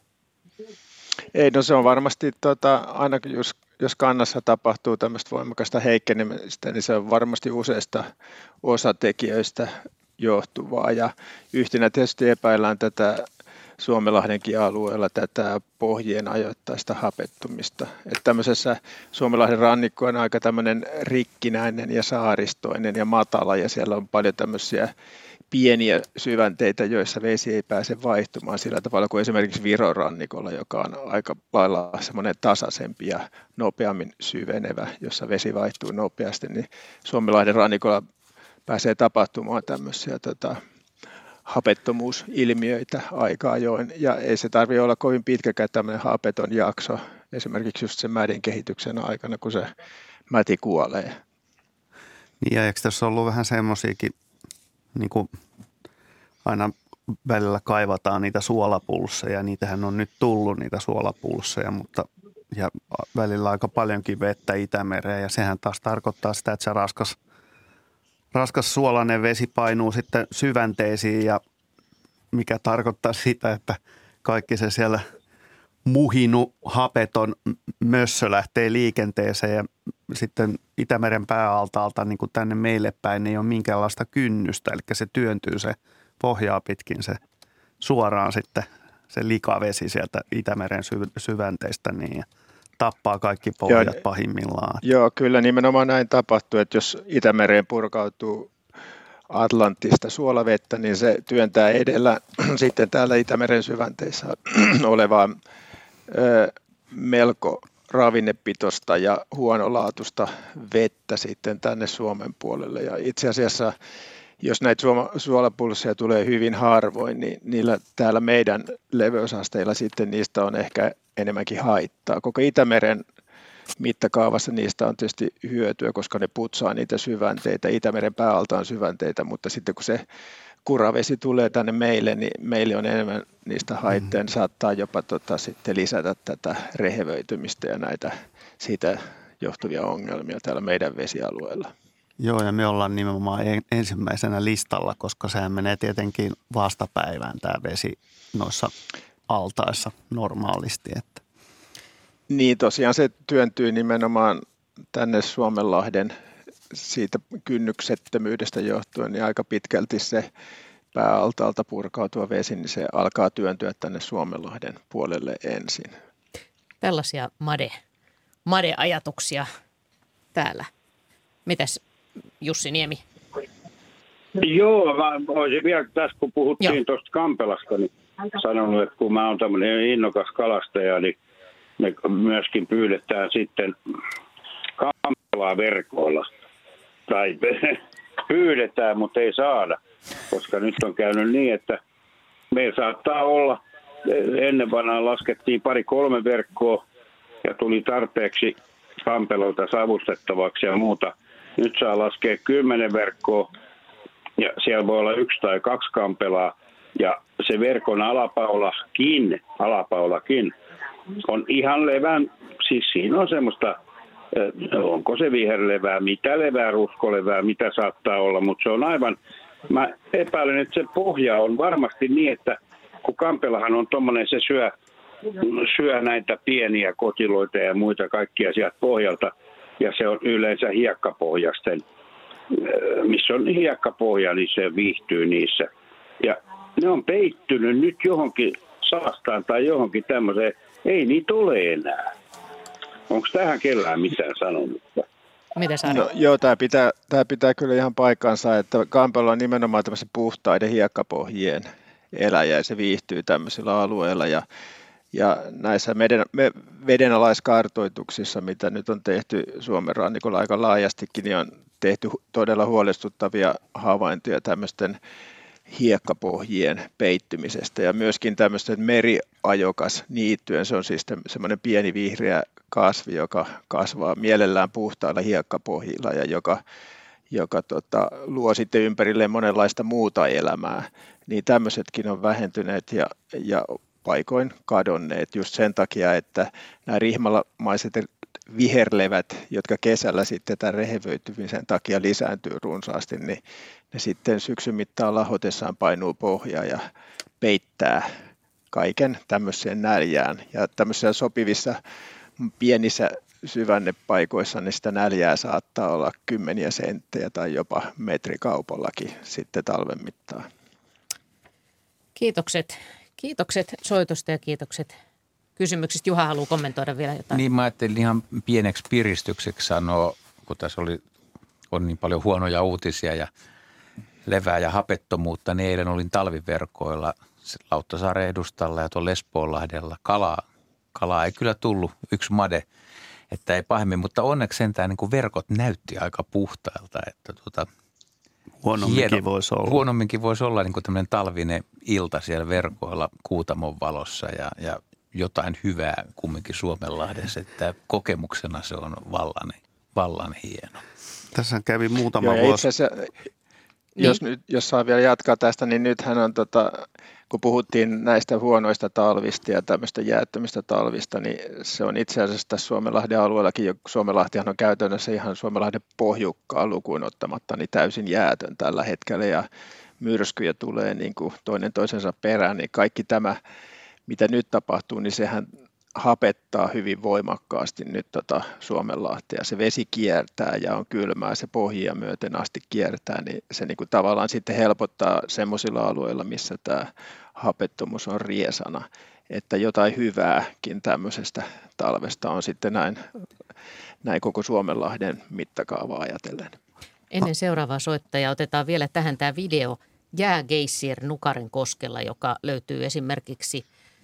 Ei, no se on varmasti, aina jos kannassa tapahtuu tämmöistä voimakasta heikkenemistä, niin se on varmasti useista osatekijöistä johtuvaa. Ja yhtenä tietysti epäillään tätä Suomenlahdenkin alueella tätä pohjien ajoittaista hapettumista. Että tämmöisessä Suomenlahden rannikko on aika tämmöinen rikkinäinen ja saaristoinen ja matala, ja siellä on paljon tämmöisiä pieniä syvänteitä, joissa vesi ei pääse vaihtumaan sillä tavalla kuin esimerkiksi Viron rannikolla, joka on aika lailla semmoinen tasaisempi ja nopeammin syvenevä, jossa vesi vaihtuu nopeasti, niin Suomenlahden rannikolla pääsee tapahtumaan tämmöisiä hapettomuusilmiöitä aika ajoin, ja ei se tarvitse olla kovin pitkäkään tämmöinen hapeton jakso, esimerkiksi just sen mädin kehityksen aikana, kun se mäti kuolee. Niin, ja eikö tässä ollut vähän semmoisiakin, niin kuin aina välillä kaivataan niitä suolapulsseja, niitähän on nyt tullut niitä suolapulsseja, mutta ja välillä aika paljonkin vettä Itämereen, ja sehän taas tarkoittaa sitä, että se raskas suolainen vesi painuu sitten syvänteisiin, ja mikä tarkoittaa sitä, että kaikki se siellä muhinu hapeton mössö lähtee liikenteeseen, ja sitten Itämeren pääaltaalta niin kuin tänne meille päin ei ole minkäänlaista kynnystä, eli se työntyy se pohjaa pitkin se suoraan sitten se likavesi sieltä Itämeren syvänteistä niin, ja tappaa kaikki pohjat pahimmillaan. Joo, kyllä nimenomaan näin tapahtuu, että jos Itämereen purkautuu Atlantista suolavettä, niin se työntää edellä sitten täällä Itämeren syvänteissä olevaa melko ravinnepitoista ja huonolaatuista vettä sitten tänne Suomen puolelle. Ja itse asiassa, jos näitä suolapulsseja tulee hyvin harvoin, niin niillä täällä meidän leveysasteilla sitten niistä on ehkä enemmänkin haittaa. Koko Itämeren mittakaavassa niistä on tietysti hyötyä, koska ne putsaa niitä syvänteitä. Itämeren pääaltaan syvänteitä, mutta sitten kun se kuravesi tulee tänne meille, niin meille on enemmän niistä haitteja. Saattaa jopa sitten lisätä tätä rehevöitymistä ja näitä siitä johtuvia ongelmia täällä meidän vesialueella. Joo, ja me ollaan nimenomaan ensimmäisenä listalla, koska sehän menee tietenkin vastapäivään tämä vesi noissa altaissa normaalisti. Että. Niin, tosiaan se työntyy nimenomaan tänne Suomenlahden siitä kynnyksettömyydestä johtuen, niin aika pitkälti se pääaltaalta purkautuva vesi, niin se alkaa työntyä tänne Suomenlahden puolelle ensin. Tällaisia made-ajatuksia täällä. Mitäs Jussi Niemi? Joo, mä olisin vielä tässä, kun puhuttiin tuosta Kampelasta, niin sanonut, että kun mä oon tämmöinen innokas kalastaja, niin me myöskin pyydetään sitten Kampelaa verkoilla. Tai pyydetään, mutta ei saada, koska nyt on käynyt niin, että meillä saattaa olla, ennen vanhaan laskettiin 2-3 verkkoa ja tuli tarpeeksi kampelolta savustettavaksi ja muuta. Nyt saa laskea 10 verkkoa ja siellä voi olla 1 tai 2 kampelaa ja se verkon alapaulakin on ihan levän, siis siinä on semmoista Onko se viherlevää, mitä levää, ruskolevää, mitä saattaa olla, mutta se on aivan, mä epäilen, että se pohja on varmasti niin, että kun Kampelahan on tommoinen, se syö näitä pieniä kotiloita ja muita kaikkia sieltä pohjalta, ja se on yleensä hiekkapohjasten, missä on hiekkapohja, niin se viihtyy niissä. Ja ne on peittynyt nyt johonkin saastaan tai johonkin tämmöiseen, ei niitä ole enää. Onko tähän kellään mitään sanonut? Mitä sanoo? No, joo, tämä pitää kyllä ihan paikkansa, että Kampelo on nimenomaan tämmöisen puhtaiden hiekkapohjien eläjä ja se viihtyy tämmöisillä alueilla. Ja näissä vedenalaiskartoituksissa, mitä nyt on tehty Suomen rannikolla aika laajastikin, niin on tehty todella huolestuttavia havaintoja tämmöisten hiekkapohjien peittymisestä ja myöskin tämmöisten meriajokas niittyjen. Se on siis semmoinen pieni vihreä kasvi, joka kasvaa mielellään puhtailla hiekkapohjilla ja joka luo sitten ympärilleen monenlaista muuta elämää. Niin tämmöisetkin on vähentyneet ja paikoin kadonneet just sen takia, että nämä rihmalamaiset viherlevät, jotka kesällä sitten tämän rehevöitymisen takia lisääntyy runsaasti, niin ne sitten syksyn mittaan lahotessaan painuu pohjaan ja peittää kaiken tämmöiseen näljään. Ja tämmöisissä sopivissa pienissä syvännepaikoissa niin sitä näljää saattaa olla kymmeniä senttejä tai jopa metrikaupallakin sitten talven mittaan. Kiitokset soitosta ja kiitokset kysymyksistä. Juha haluaa kommentoida vielä jotain. Niin mä ajattelin ihan pieneksi piristykseksi sanoa, kun tässä on niin paljon huonoja uutisia ja levää ja hapettomuutta, niin eilen olin talviverkoilla Lauttasaaren edustalla ja tuolla Espoonlahdella. Kalaa ei kyllä tullut, yksi made, että ei pahemmin, mutta onneksi sentään niin kuin verkot näytti aika puhtailta, että Huonomminkin voisi olla niin kuin tämmöinen talvinen ilta siellä verkoilla Kuutamon valossa ja jotain hyvää kumminkin Suomenlahdessa, että kokemuksena se on vallan hieno. Tässä kävi muutama vuosi. Jos saa vielä jatkaa tästä, niin nythän on, kun puhuttiin näistä huonoista talvista ja tämmöistä jäättömistä talvista, niin se on itse asiassa tässä Suomenlahden alueellakin, Suomenlahtihan on käytännössä ihan Suomenlahden pohjukkaa lukuun ottamatta, niin täysin jäätön tällä hetkellä ja myrskyjä tulee niin kuin toinen toisensa perään, niin kaikki tämä, mitä nyt tapahtuu, niin sehän hapettaa hyvin voimakkaasti nyt Suomenlahtea. Se vesi kiertää ja on kylmää, se pohjia myöten asti kiertää, niin se niin kuin tavallaan sitten helpottaa semmoisilla alueilla, missä tämä hapettomuus on riesana. Että jotain hyvääkin tämmöisestä talvesta on sitten näin koko Suomenlahden mittakaavaa ajatellen. Ennen seuraavaa soittajaa otetaan vielä tähän tämä video Jäägeissir Nukarinkoskella, joka löytyy esimerkiksi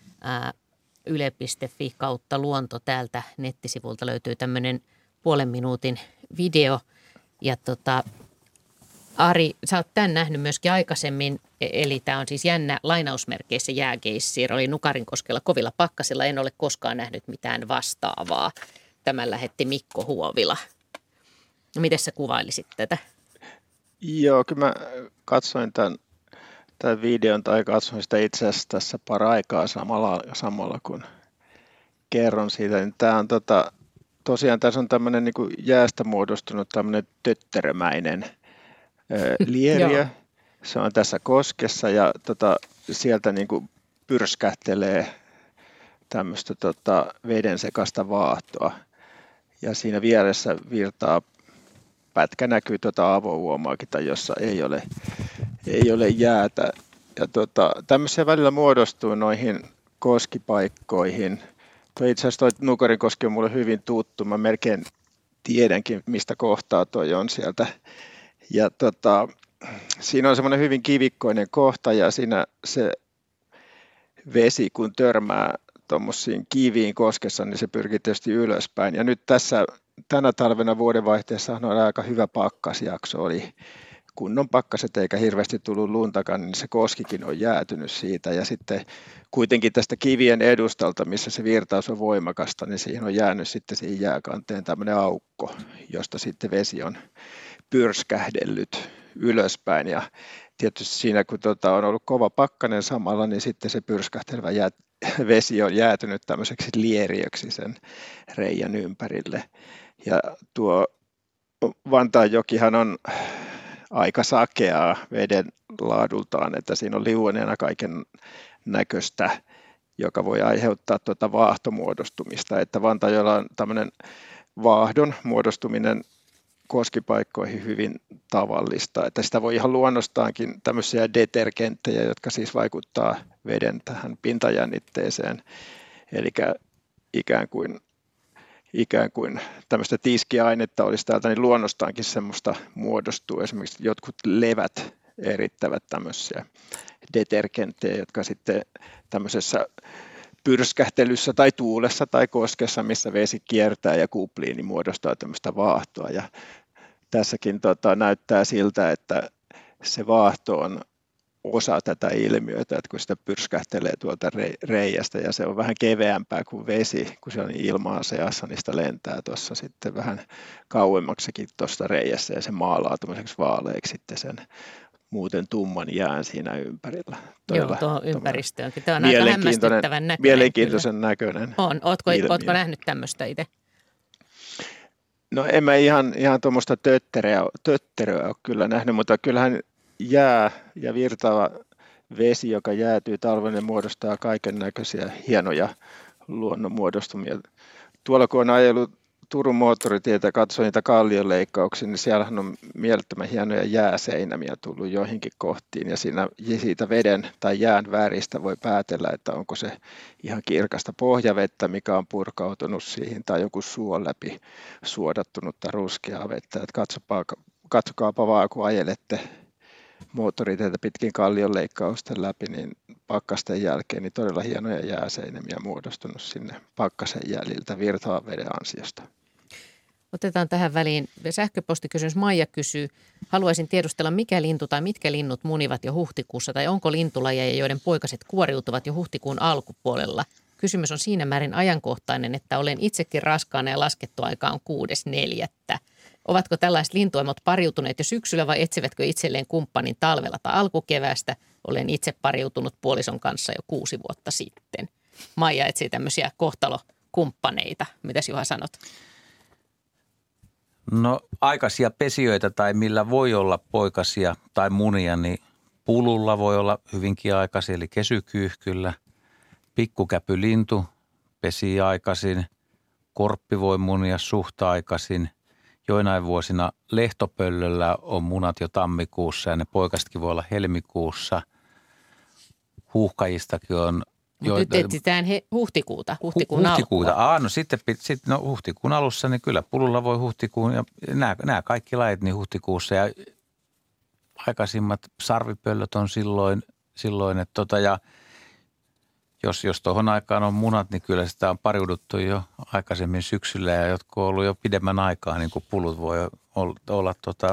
yle.fi kautta luonto täältä nettisivulta löytyy tämmöinen 0,5 minuutin video. Ja Ari, sä oot tämän nähnyt myöskin aikaisemmin, eli tämä on siis jännä lainausmerkeissä Jäägeissir, oli Nukarinkoskella kovilla pakkasilla, en ole koskaan nähnyt mitään vastaavaa. Tämän lähetti Mikko Huovila. No, miten sä kuvailisit tätä? Joo, kyllä mä katsoin tämän videon tai katsoin sitä itse asiassa tässä paraikaa samalla kun kerron siitä. Niin tämä on tosiaan tässä on tämmöinen niin kuin jäästä muodostunut tämmöinen tötterömäinen lieriö. Se on tässä koskessa ja sieltä niin kuin pyrskähtelee tämmöistä veden sekaista vaahtoa. Ja siinä vieressä virtaa pätkä näkyy avouomaakin tai jossa ei ole jäätä. Ja tämmöisiä välillä muodostuu noihin koskipaikkoihin. Itse asiassa toi Nukarinkoski on mulle hyvin tuttu. Mä melkein tiedänkin, mistä kohtaa toi on sieltä. Ja siinä on semmoinen hyvin kivikkoinen kohta ja siinä se vesi, kun törmää tuommoisiin kiviin koskessa, niin se pyrkii tietysti ylöspäin. Ja nyt tänä talvena vuodenvaihteessa on aika hyvä pakkasjakso. Oli kunnon pakkaset eikä hirveästi tullut luntakaan, niin se koskikin on jäätynyt siitä. Ja sitten kuitenkin tästä kivien edustalta, missä se virtaus on voimakasta, niin siihen on jäänyt sitten siihen jääkanteen tämmöinen aukko, josta sitten vesi on pyrskähdellyt ylöspäin. Ja tietysti siinä, kun on ollut kova pakkanen samalla, niin sitten se pyrskähtelevä vesi on jäätynyt tämmöiseksi lieriöksi sen reijän ympärille. Ja tuo Vantaanjokihan on aika sakeaa veden laadultaan, että siinä on liueneena kaiken näköistä, joka voi aiheuttaa vaahtomuodostumista. Että Vantaanjoella on tämmöinen vaahdon muodostuminen koskipaikkoihin hyvin tavallista, että sitä voi ihan luonnostaankin tämmöisiä detergenttejä, jotka siis vaikuttaa veden tähän pintajännitteeseen, eli ikään kuin tämmöistä tiskiainetta olisi täältä, niin luonnostaankin semmoista muodostuu. Esimerkiksi jotkut levät erittävät tämmöisiä detergenttejä, jotka sitten tämmöisessä pyrskähtelyssä tai tuulessa tai koskessa, missä vesi kiertää ja kuplii, niin muodostaa tämmöistä vaahtoa. Ja tässäkin näyttää siltä, että se vaahto on osa tätä ilmiötä, että kun sitä pyrskähtelee tuolta reiästä ja se on vähän keveämpää kuin vesi, kun se on ilmaa seassa, niin sitä lentää tuossa sitten vähän kauemmaksikin tuosta reiässä ja se maalaa tämmöiseksi vaaleiksi sitten sen muuten tumman jään siinä ympärillä. Joo, tuohon ympäristöönkin. Tämä on aika hämmästyttävän näköinen. Mielenkiintoisen näköinen. Ootko nähnyt tämmöistä itse? No en mä ihan tuommoista tötteröä ole kyllä nähnyt, mutta kyllähän jää ja virtaava vesi, joka jäätyy talven, muodostaa kaiken näköisiä hienoja luonnonmuodostumia. Tuolla kun on ajellut Turun moottoritietä, katsoin niitä kallionleikkauksia, niin siellähän on mielettömän hienoja jääseinämiä tullut joihinkin kohtiin, ja siitä veden tai jään väristä voi päätellä, että onko se ihan kirkasta pohjavettä, mikä on purkautunut siihen, tai joku suon läpi suodattunutta ruskeaa vettä. Että katsokaapa vaan, kun ajelette moottoritietä pitkin kallionleikkausten läpi, niin pakkasten jälkeen niin todella hienoja jääseinämiä muodostunut sinne pakkasen jäljiltä virtaavan veden ansiosta. Otetaan tähän väliin sähköpostikysymys. Maija kysyy, haluaisin tiedustella, mikä lintu tai mitkä linnut munivat jo huhtikuussa, tai onko lintulajeja, joiden poikaset kuoriutuvat jo huhtikuun alkupuolella. Kysymys on siinä määrin ajankohtainen, että olen itsekin raskaana ja laskettu aika on 6.4. Ovatko tällaiset lintuemot pariutuneet jo syksyllä vai etsivätkö itselleen kumppanin talvella tai alkukeväästä? Olen itse pariutunut puolison kanssa jo 6 vuotta sitten. Maija etsii tämmöisiä kohtalokumppaneita. Mitäs Juha sanot? No aikaisia pesijöitä tai millä voi olla poikasia tai munia, niin pululla voi olla hyvinkin aikaisia, eli kesykyyhkyllä. Pikkukäpylintu pesii aikaisin, korppi voi munia suht aikaisin. Joinain vuosina lehtopöllöllä on munat jo tammikuussa ja ne poikasetkin voi olla helmikuussa. Huuhkajistakin on. Nyt etsitään huhtikuuta. Huhtikuuta. No sitten huhtikuun alussa, niin kyllä pululla voi huhtikuun ja nämä kaikki lajit niin huhtikuussa ja aikaisimmat sarvipöllöt on silloin että ja jos tuohon aikaan on munat, niin kyllä sitä on pariuduttu jo aikaisemmin syksyllä ja jotkut on ollut jo pidemmän aikaa, niin kuin pulut voi olla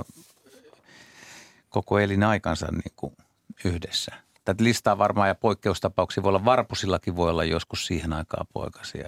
koko elinaikansa niin kuin yhdessä. Tätä listaa varmaan ja poikkeustapauksia voi olla, varpusillakin voi olla joskus siihen aikaan poikasia.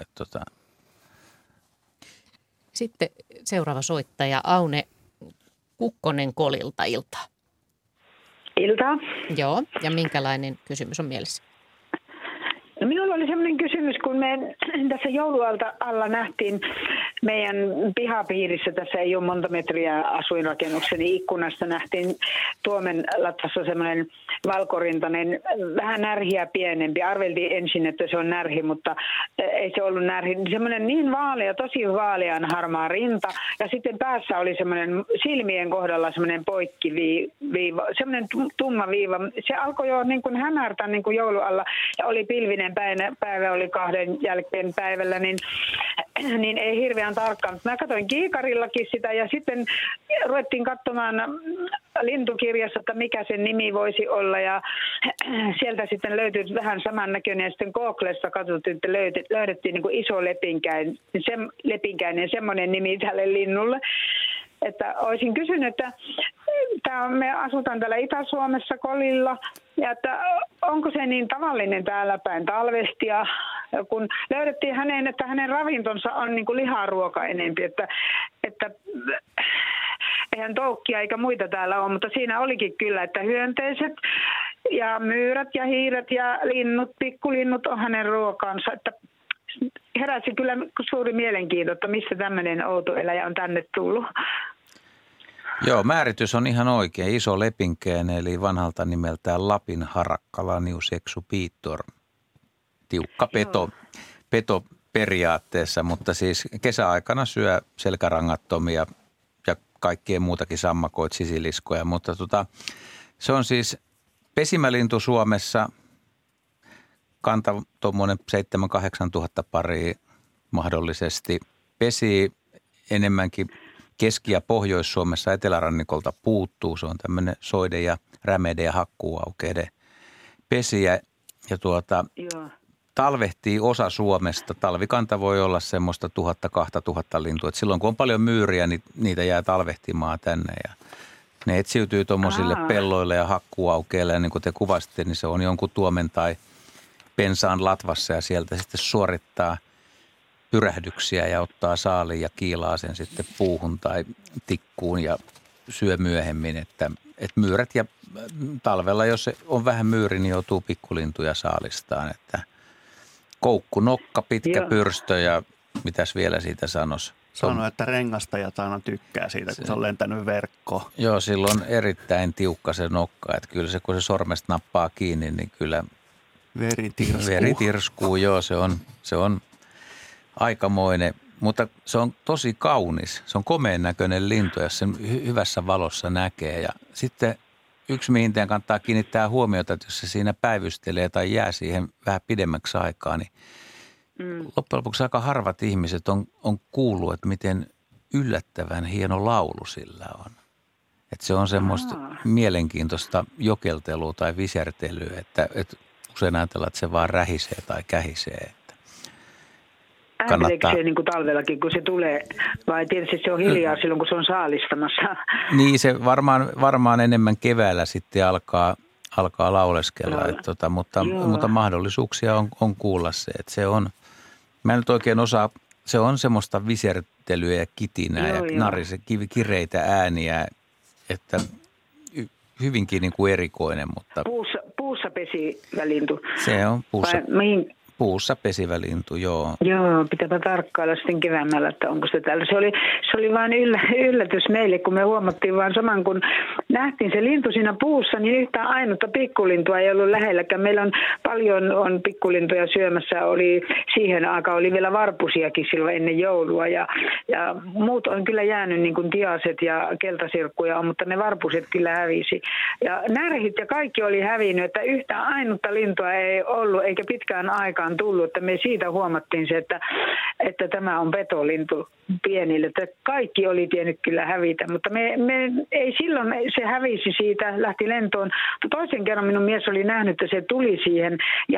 Sitten seuraava soittaja Aune Kukkonen Kolilta, iltaa. Iltaa. Joo, ja minkälainen kysymys on mielessä? No minulla oli sellainen kysymys, kun me tässä joulualta alla nähtiin meidän pihapiirissä, tässä ei ole monta metriä asuinrakennukseni ikkunasta, nähtiin Tuomen latvassa semmoinen valkorintainen, vähän närhiä pienempi. Arveltiin ensin, että se on närhi, mutta ei se ollut närhi. Semmoinen niin vaalea, tosi vaalean harmaa rinta ja sitten päässä oli semmoinen silmien kohdalla semmoinen poikkiviiva, semmoinen tumma viiva. Se alkoi jo niin kuin hämärtää niin kuin joulualla ja oli pilvinen päivä oli 2 jälkeen päivällä, niin ei hirveän tarkkaan. Mä katsoin kiikarillakin sitä ja sitten ruvettiin katsomaan lintukirjassa, että mikä sen nimi voisi olla ja sieltä sitten löytyi vähän samannäköinen ja sitten Googlessa katsottiin, että löydettiin niin kuin iso lepinkäinen semmoinen nimi tälle linnulle. Että olisin kysynyt, että me asutaan täällä Itä-Suomessa Kolilla, ja että onko se niin tavallinen täällä päin talvesti, ja kun löydettiin että hänen ravintonsa on niin kuin liharuoka enempi, että eihän toukkia eikä muita täällä ole, mutta siinä olikin kyllä, että hyönteiset ja myyrät ja hiiret ja linnut, pikkulinnut on hänen ruokansa, että heräsi kyllä suuri mielenkiinto, että missä tämmöinen outo eläjä on tänne tullut. Joo, määritys on ihan oikein. Iso lepinkeene, eli vanhalta nimeltään Lapin harakka Lanius exupitor. Tiukka peto periaatteessa, mutta siis kesäaikana syö selkärangattomia ja kaikkien muutakin sammakoit, sisiliskoja. Mutta se on siis pesimälintu Suomessa, kanta tuommoinen 7-8 tuhatta paria mahdollisesti. Pesii enemmänkin Keski- ja Pohjois-Suomessa etelärannikolta puuttuu. Se on tämmöinen soiden ja rämeiden ja hakkuuaukeiden pesiä. Ja talvehtii osa Suomesta. Talvikanta voi olla semmoista 1000-2000 lintua. Et silloin kun on paljon myyriä, niin niitä jää talvehtimaan tänne. Ja ne etsiytyy tuommoisille pelloille ja hakkuuaukeille. Ja niin kuin te kuvasitte, niin se on jonkun tuomen tai pensaan latvassa ja sieltä sitten suorittaa pyrähdyksiä ja ottaa saaliin ja kiilaa sen sitten puuhun tai tikkuun ja syö myöhemmin. Että myyrät ja talvella, jos se on vähän myyri, niin joutuu pikkulintuja saalistaan. Että koukku, nokka, pitkä pyrstö ja mitäs vielä siitä sanoisi? Sano, että rengastajat aina tykkää siitä, kun se on lentänyt verkkoon. Joo, silloin on erittäin tiukka se nokka. Että kyllä se, kun se sormesta nappaa kiinni, niin kyllä veri tirskuu. Joo, se on aikamoinen, mutta se on tosi kaunis. Se on komeen näköinen lintu, jos sen hyvässä valossa näkee. Ja sitten yksi, mihin teidän kannattaa kiinnittää huomiota, että jos se siinä päivystelee tai jää siihen vähän pidemmäksi aikaa, niin loppujen lopuksi aika harvat ihmiset on kuullut, että miten yllättävän hieno laulu sillä on. Että se on semmoista mielenkiintoista jokeltelua tai visertelyä, että usein ajatellaan, että se vaan rähisee tai kähisee. Äänteleekö se niin kuin talvellakin, kun se tulee, vai tietysti se on hiljaa silloin, kun se on saalistamassa? Niin, se varmaan enemmän keväällä sitten alkaa lauleskella, mutta mahdollisuuksia on kuulla se, että se on, mä en nyt oikein osaa, se on semmoista visertelyä ja kitinää ja kireitä ääniä, että hyvinkin niin kuin erikoinen, mutta Puussa pesivä lintu. Se on puussa pesivä lintu, joo. Joo, pitääpä tarkkailla sitten keväämällä, että onko se täällä. Se oli vain yllätys meille, kun me huomattiin vaan saman, kun nähtiin se lintu siinä puussa, niin yhtään ainutta pikkulintua ei ollut lähelläkään. Meillä on paljon pikkulintuja syömässä, siihen aikaan oli vielä varpusiakin silloin ennen joulua ja muut on kyllä jäänyt niin kuin tiaset ja keltasirkkuja, mutta ne varpuset kyllä hävisi. Ja närhit ja kaikki oli hävinnyt, että yhtään ainutta lintua ei ollut eikä pitkään aikaan tullut, että me siitä huomattiin se, että tämä on petolintu pienille, että kaikki oli tiennyt kyllä hävitä, mutta me ei silloin, se hävisi siitä, lähti lentoon. Toisen kerran minun mies oli nähnyt, että se tuli siihen ja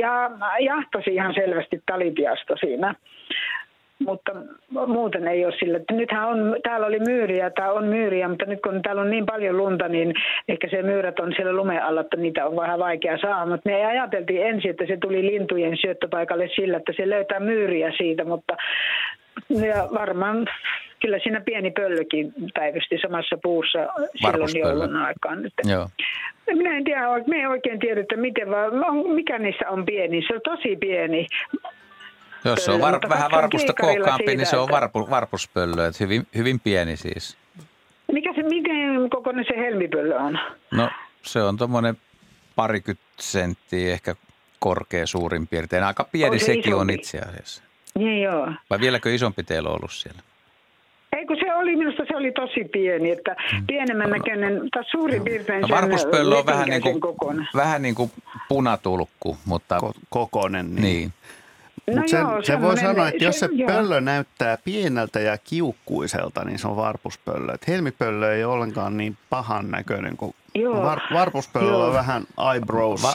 jahtasi ihan selvästi talitiasta siinä. Mutta muuten ei ole sillä. Nythän täällä oli myyriä, on myyriä, mutta nyt kun täällä on niin paljon lunta, niin ehkä se myyrät on siellä lumen alla, että niitä on vähän vaikea saada. Mutta me ajateltiin ensin, että se tuli lintujen syöttöpaikalle sillä, että se löytää myyriä siitä, mutta ja varmaan kyllä siinä pieni pöllökin päivysti samassa puussa silloin joulun aikaan. Joo. Minä en tiedä, me ei oikein tiedä, että mikä niissä on pieni. Se on tosi pieni. Jos se on vähän varpusta kookkaampi, niin se on varpuspöllö, että hyvin pieni siis. Miten kokoinen se helmipöllö on? No se on tuommoinen 20 senttiä ehkä korkea suurin piirtein. Aika pieni sekin on itse asiassa. Niin joo. Vai vieläkö isompi teillä on ollut siellä? Ei kun minusta se oli tosi pieni, että pienemmän näköinen, tai suurin piirtein sen varpuspöllö on vähän niin kuin punatulkku, mutta kokoinen. Niin. Mutta se voi sanoa, että jos se pöllö näyttää pieneltä ja kiukkuiselta, niin se on varpuspöllö. Et helmipöllö ei ole ollenkaan niin pahan näköinen kuin varpuspöllö on vähän eyebrows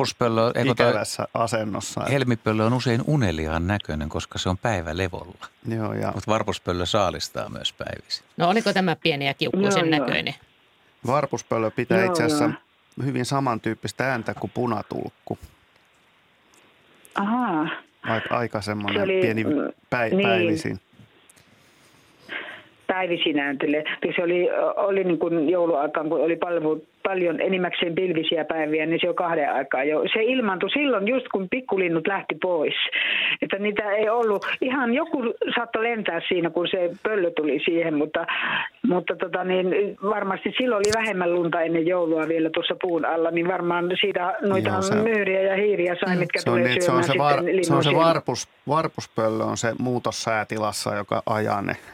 ikävässä asennossa. Helmipöllö on usein uneliaan näköinen, koska se on päivälevolla. Mutta varpuspöllö saalistaa myös päivisin. No oliko tämä pieni ja kiukkuisen näköinen? Varpuspöllö pitää itse asiassa hyvin samantyyppistä ääntä kuin punatulkku. Ahaa. Aika semmoinen pieni päivisin. päivisinääntele. Se oli niin kuin jouluaikaan, kun oli paljon enimmäkseen pilvisiä päiviä, niin se on 2 aikaa jo. Se ilmaantui silloin just kun pikkulinnut lähti pois. Että niitä ei ollut, ihan joku saattoi lentää siinä, kun se pöllö tuli siihen, mutta varmasti silloin oli vähemmän lunta ennen joulua vielä tuossa puun alla, niin varmaan siitä noita myyriä ja hiiriä sai, mitkä tulee syömään sitten linnun. Se on se varpuspöllö on se muutossäätilassa, joka ajaa ne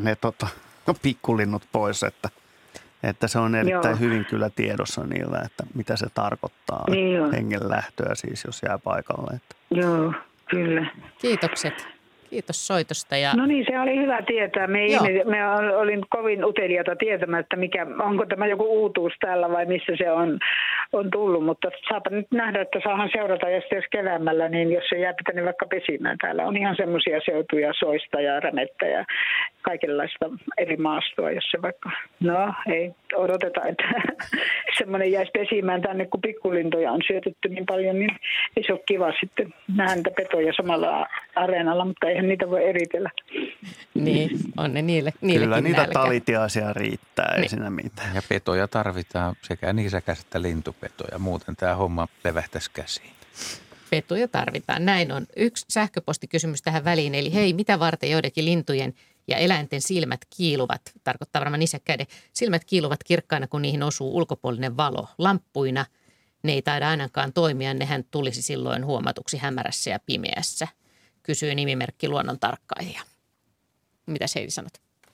pikkulinnut pois, että se on erittäin hyvin kyllä tiedossa niillä, että mitä se tarkoittaa hengenlähtöä siis, jos jää paikalle. Että. Joo, kyllä. Kiitokset. Kiitos soitosta. No niin, se oli hyvä tietää. Me olin kovin uteliaita tietämään, että onko tämä joku uutuus täällä vai missä se on tullut. Mutta saapa nyt nähdä, että saahan seurata, jos keväämällä, niin jos se jää pitänyt vaikka pesimään. Täällä on ihan semmoisia seutuja, soista ja rämettä ja kaikenlaista eri maastoa, jos se vaikka, ei odoteta, että semmoinen jäisi pesimään tänne, kun pikkulintoja on syötetty niin paljon, niin ei se ole kiva sitten nähdä niitä petoja samalla areenalla, mutta eihän niitä voi eritellä. Niin, on ne niillekin kyllä niitä nälkä. talitiaisia riittää, ei siinä mitään. Ja petoja tarvitaan, sekä nisäkäs että lintupetoja, muuten tämä homma levähtäisi käsiin. Petoja tarvitaan, näin on. Yksi sähköpostikysymys tähän väliin, eli hei, mitä varten joidenkin lintujen ja eläinten silmät kiiluvat, tarkoittaa varmaan nisäkkäiden, silmät kiiluvat kirkkaina, kun niihin osuu ulkopuolinen valo. Lamppuina ne ei taida ainakaan toimia, nehän tulisi silloin huomatuksi hämärässä ja pimeässä, kysyy nimimerkki luonnontarkkailija. Mitä Heidi sanot?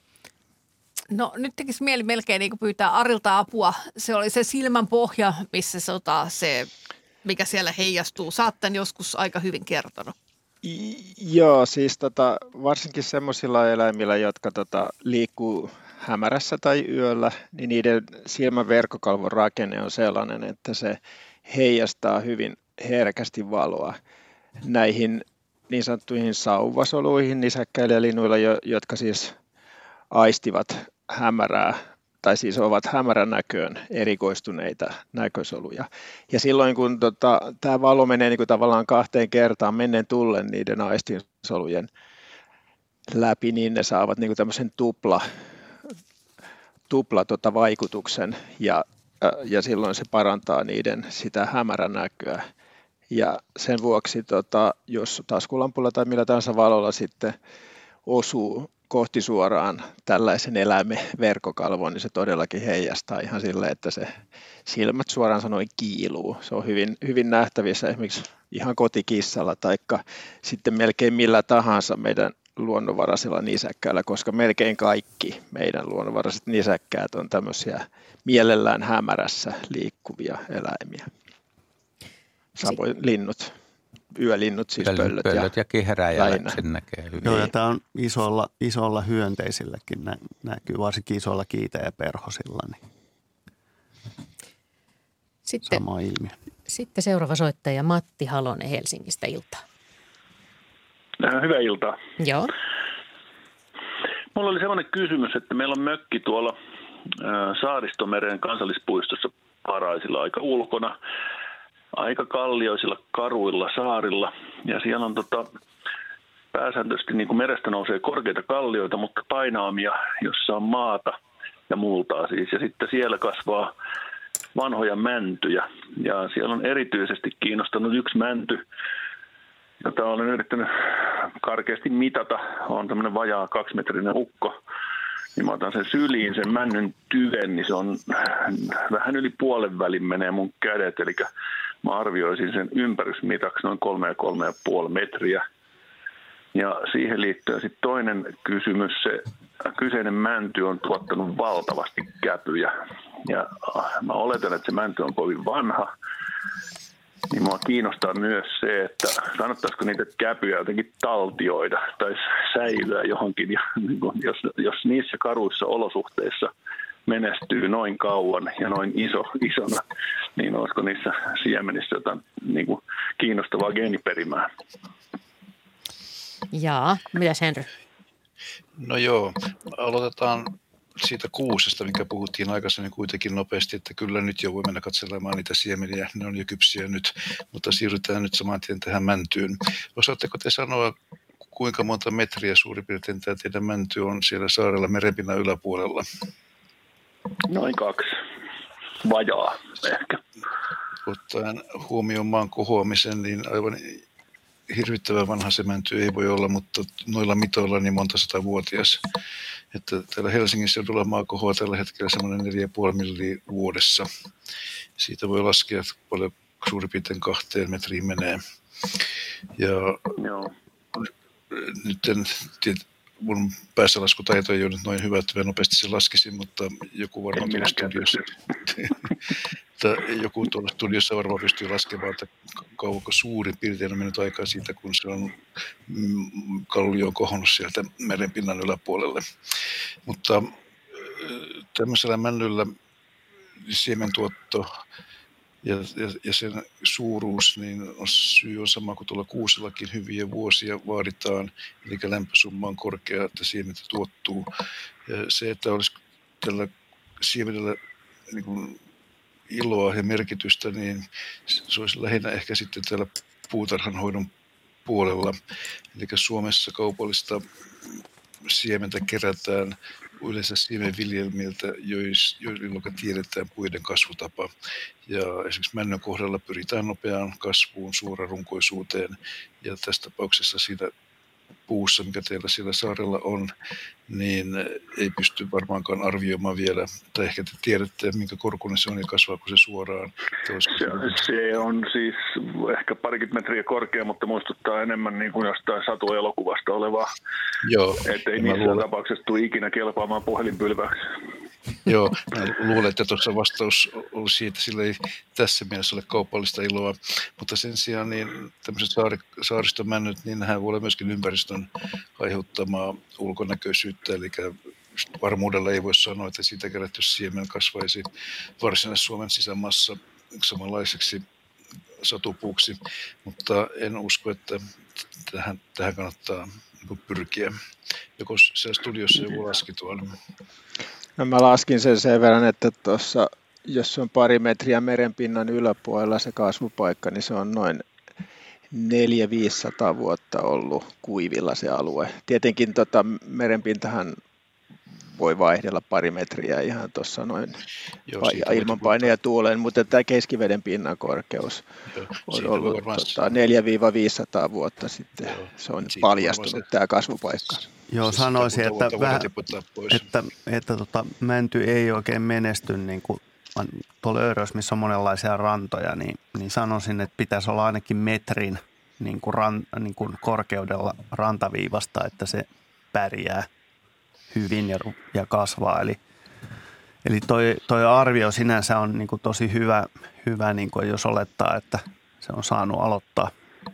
No nyt tekisi mieli melkein niin kuin pyytää Arilta apua. Se oli se silmän pohja, missä se mikä siellä heijastuu. Sä oot tämän joskus aika hyvin kertonut. Joo, siis varsinkin semmoisilla eläimillä, jotka liikkuu hämärässä tai yöllä, niin niiden silmän verkkokalvon rakenne on sellainen, että se heijastaa hyvin herkästi valoa näihin niin sanottuihin sauvasoluihin nisäkkäillä ja linnuilla, jotka siis aistivat hämärää tai siis ovat hämärän näköön erikoistuneita näkösoluja. Ja silloin kun tämä valo menee niin kuin tavallaan 2 kertaan menneen tullen niiden aistinsolujen läpi, niin ne saavat niin kuin tämmöisen tupla vaikutuksen ja silloin se parantaa niiden sitä hämärän näköä. Ja sen vuoksi, jos taskulampulla tai millä tahansa valolla sitten osuu kohti suoraan tällaisen eläimen verkkokalvon, niin se todellakin heijastaa ihan silleen, että se silmät suoraan sanoen kiiluu. Se on hyvin, hyvin nähtävissä esimerkiksi ihan kotikissalla tai sitten melkein millä tahansa meidän luonnonvaraisilla nisäkkäillä, koska melkein kaikki meidän luonnonvaraiset nisäkkäät on tämmöisiä mielellään hämärässä liikkuvia eläimiä. Samoin linnut, yölinnut, siis pöllöt ja kehräjällä sen näkee hyvin. Joo, ja tämä on isolla hyönteisilläkin näkyy, varsinkin isoilla kiiteäperhosilla, niin sama ilmiö. Sitten seuraava soittaja Matti Halonen Helsingistä, iltaa. Hyvää iltaa. Joo. Mulla oli sellainen kysymys, että meillä on mökki tuolla Saaristomeren kansallispuistossa Paraisilla aika ulkona, aika kallioisilla karuilla saarilla. Ja siellä on pääsääntöisesti niin kuin merestä nousee korkeita kallioita, mutta painaamia, jossa on maata ja multaa siis. Ja sitten siellä kasvaa vanhoja mäntyjä. Ja siellä on erityisesti kiinnostanut yksi mänty, jota olen yrittänyt karkeasti mitata. On tämmöinen vajaa 2-metrinen ukko. Niin mä otan sen syliin, sen männyn tyven, niin se on vähän yli puolen välin menee mun kädet. Eli mä arvioisin sen ympärysmitaksi noin 3,5 metriä. Ja siihen liittyen sitten toinen kysymys, se kyseinen mänty on tuottanut valtavasti käpyjä. Ja mä oletan, että se mänty on kovin vanha. Niin mua kiinnostaa myös se, että kannattaisiko niitä käpyjä jotenkin taltioida tai säilyä johonkin. Ja jos niissä karuissa olosuhteissa menestyy noin kauan ja noin isona, niin olisiko niissä siemenissä jotain niin kuin kiinnostavaa geeniperimää? Jaa, mitäs Henry? No joo, aloitetaan siitä kuusesta, minkä puhuttiin aikaisemmin kuitenkin nopeasti, että kyllä nyt jo voi mennä katselemaan niitä siemeniä, ne on jo kypsiä nyt, mutta siirrytään nyt saman tien tähän mäntyyn. Osaatteko te sanoa, kuinka monta metriä suurin piirtein tämä teidän mänty on siellä saarella merenpinnan yläpuolella? Noin 2. Vajaa ehkä. Ottaen huomioon maan kohoamisen, niin aivan hirvittävän vanha se mänty ei voi olla, mutta noilla mitoilla niin monta 100-vuotias. Että täällä Helsingin seudulla maa kohoaa tällä hetkellä semmoinen 4,5 milliä vuodessa. Siitä voi laskea, että paljon suurin piirtein 2 metriin menee. Ja nyt mun päässälaskutaito ei ole nyt noin hyvä, että nopeasti sen laskisin, mutta joku varmaan tuolla studiossa. Joku tuolla studiossa varmaan pystyy laskemaan, että kauanko suurin piirtein on mennyt aikaa siitä, kun se on kallio kohonnut sieltä merenpinnan yläpuolelle. Mutta tämmöisellä männyllä siementuotto ja sen suuruus, niin syy on sama kuin tuolla kuusellakin, hyviä vuosia vaaditaan, eli lämpösumma on korkea, että siementä tuottuu. Ja se, että olisi tällä siemenellä niin kuin iloa ja merkitystä, niin se olisi lähinnä ehkä sitten täällä puutarhanhoidon puolella. Eli Suomessa kaupallista siementä kerätään yleensä siemenviljelmiltä, joilla tiedetään puiden kasvutapa. Ja esimerkiksi männön kohdalla pyritään nopeaan kasvuun, suorarunkoisuuteen. Ja tässä tapauksessa siinä puussa, mikä teillä siellä saarella on, niin ei pysty varmaankaan arvioimaan vielä, tai ehkä te tiedätte, minkä korkuinen se on ja kasvaako se suoraan. Se on siis ehkä parikymmentä metriä korkea, mutta muistuttaa enemmän niin kuin jostain satuelokuvasta olevaa. Joo. Että ei missään tapauksessa tule ikinä kelpaamaan puhelinpylväksi. Joo, mä luulen, että tuossa vastaus oli siitä, sillä ei tässä mielessä ole kaupallista iloa, mutta sen sijaan niin tämmöiset saaristomännyt, niin nehän voi olla myöskin ympäristön aiheuttamaa ulkonäköisyyttä, eli varmuudella ei voi sanoa, että siitä kerätty siemen kasvaisi Varsinais-Suomen sisämaassa samanlaiseksi satupuuksi, mutta en usko, että tähän kannattaa pyrkiä. Joko siellä studiossa joku laski tuolla? No mä laskin sen verran, että tuossa, jos on 2 metriä merenpinnan yläpuolella se kasvupaikka, niin se on noin 400-500 vuotta ollut kuivilla se alue. Tietenkin merenpintahan voi vaihdella 2 metriä ihan tuossa noin ilmanpaine ja tuulen, mutta tämä keskiveden pinnan korkeus on ollut 400-500 vuotta sitten. Se on paljastunut tämä kasvupaikka. Joo, sanoisin, että mänty ei oikein menesty niin kuin tuolla Örössä, missä on monenlaisia rantoja, niin sanoisin, että pitäisi olla ainakin metrin niin kuin korkeudella rantaviivasta, että se pärjää hyvin ja kasvaa. Eli toi arvio sinänsä on niin kuin tosi hyvä niin kuin jos olettaa, että se on saanut aloittaa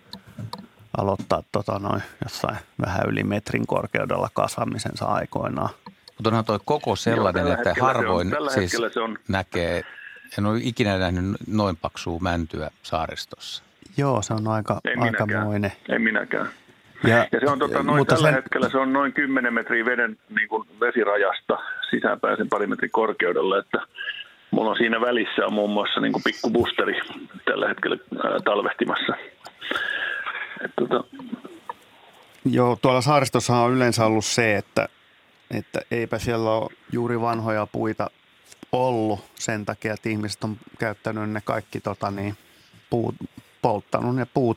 jossain vähän yli metrin korkeudella kasvamisensa aikoinaan. Mutta onhan toi koko sellainen, että harvoin siis näkee, en ole ikinä nähnyt noin paksua mäntyä saaristossa. Joo, se on aikamoinen. En minäkään. Ja se on tällä hetkellä se on noin 10 metriä veden niin kuin vesirajasta sisäänpäin sen 2 metrin korkeudella, että mulla on siinä välissä on muun muassa niin kuin pikku boosteri tällä hetkellä talvehtimassa. Joo, tuolla saaristossa on yleensä ollut se, että eipä siellä ole juuri vanhoja puita ollut sen takia, että ihmiset on käyttänyt ne kaikki puut, polttanut ne puut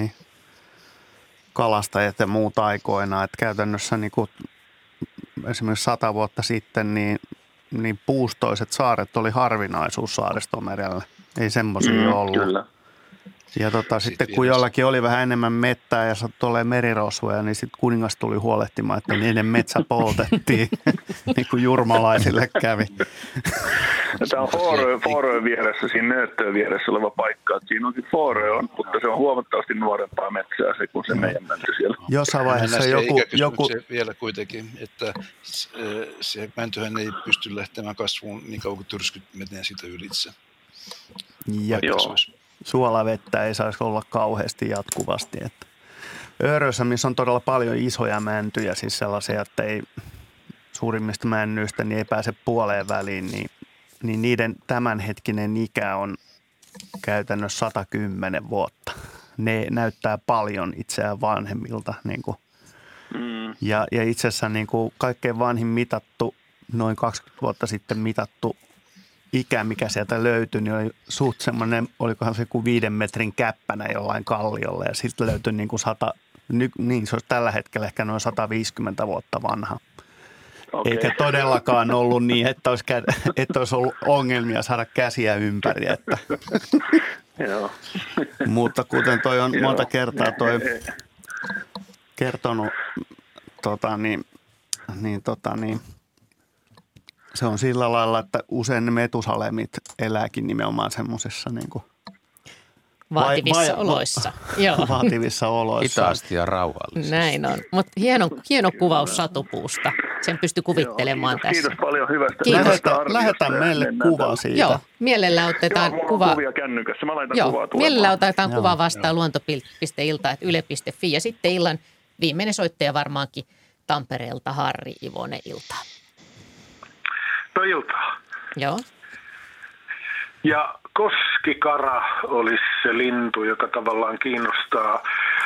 kalastajat ja muut aikoinaan. Että käytännössä niin kuin esimerkiksi 100 vuotta sitten niin puustoiset saaret oli harvinaisuus Saaristomerellä. Ei semmoisia ollut. Kyllä. Ja sitten kun jollakin oli vähän enemmän mettää ja sattui olemaan merirosvoja, niin sitten kuningas tuli huolehtimaan, että niiden metsä poltettiin, niin kuin jurmalaisille kävi. Tämä on Fårön vieressä, siinä Nööttöön vieressä oleva paikka. Siinä onkin Fårö on, mutta se on huomattavasti nuorempaa metsää se kuin se meidän mänty siellä. Jossain vaiheessa joku vielä kuitenkin, että se mäntyhän ei pysty lähtemään kasvuun niin kauan kuin tyrskyt menee siitä ylitse. Ja suolavettä ei saisi olla kauheasti jatkuvasti. Että Örössä, missä on todella paljon isoja mäntyjä, siis sellaisia, että ei suurimmista männyistä niin ei pääse puoleen väliin, niin niiden tämänhetkinen ikä on käytännössä 110 vuotta. Ne näyttää paljon itseään vanhemmilta niin kuin Ja itse asiassa niin kuin kaikkein vanhin mitattu, noin 20 vuotta sitten mitattu ikä, mikä sieltä löytyi, niin oli suht semmoinen, olikohan se kuin 5 metrin käppänä jollain kalliolla. Ja sitten löytyi niin kuin 100, niin se olisi tällä hetkellä ehkä noin 150 vuotta vanha. Okay. Eikä todellakaan ollut niin, että olisi ollut ongelmia saada käsiä ympäri. Että. Mutta kuten toi on monta kertaa toi kertonut, se on sillä lailla, että usein ne metusalemit elääkin nimenomaan semmoisessa niin kuin vaativissa oloissa. Joo. Vaativissa oloissa. Hitaasti ja rauhallisesti. Näin on. Mutta hieno kuvaus satupuusta. Sen pystyy kuvittelemaan tässä. Kiitos paljon hyvästä. Lähetään meille kuva siitä. Joo, mielellä otetaan kuva. Kuvia kännykässä. Mä laitan kuvaa tulemaan. Mielellä otetaan kuva vastaan luonto.ilta@yle.fi ja sitten illan viimeinen soittaja varmaankin Tampereelta Harri Ivonen iltaa. No iltaa. Joo. Ja koskikara olisi se lintu, joka tavallaan kiinnostaa.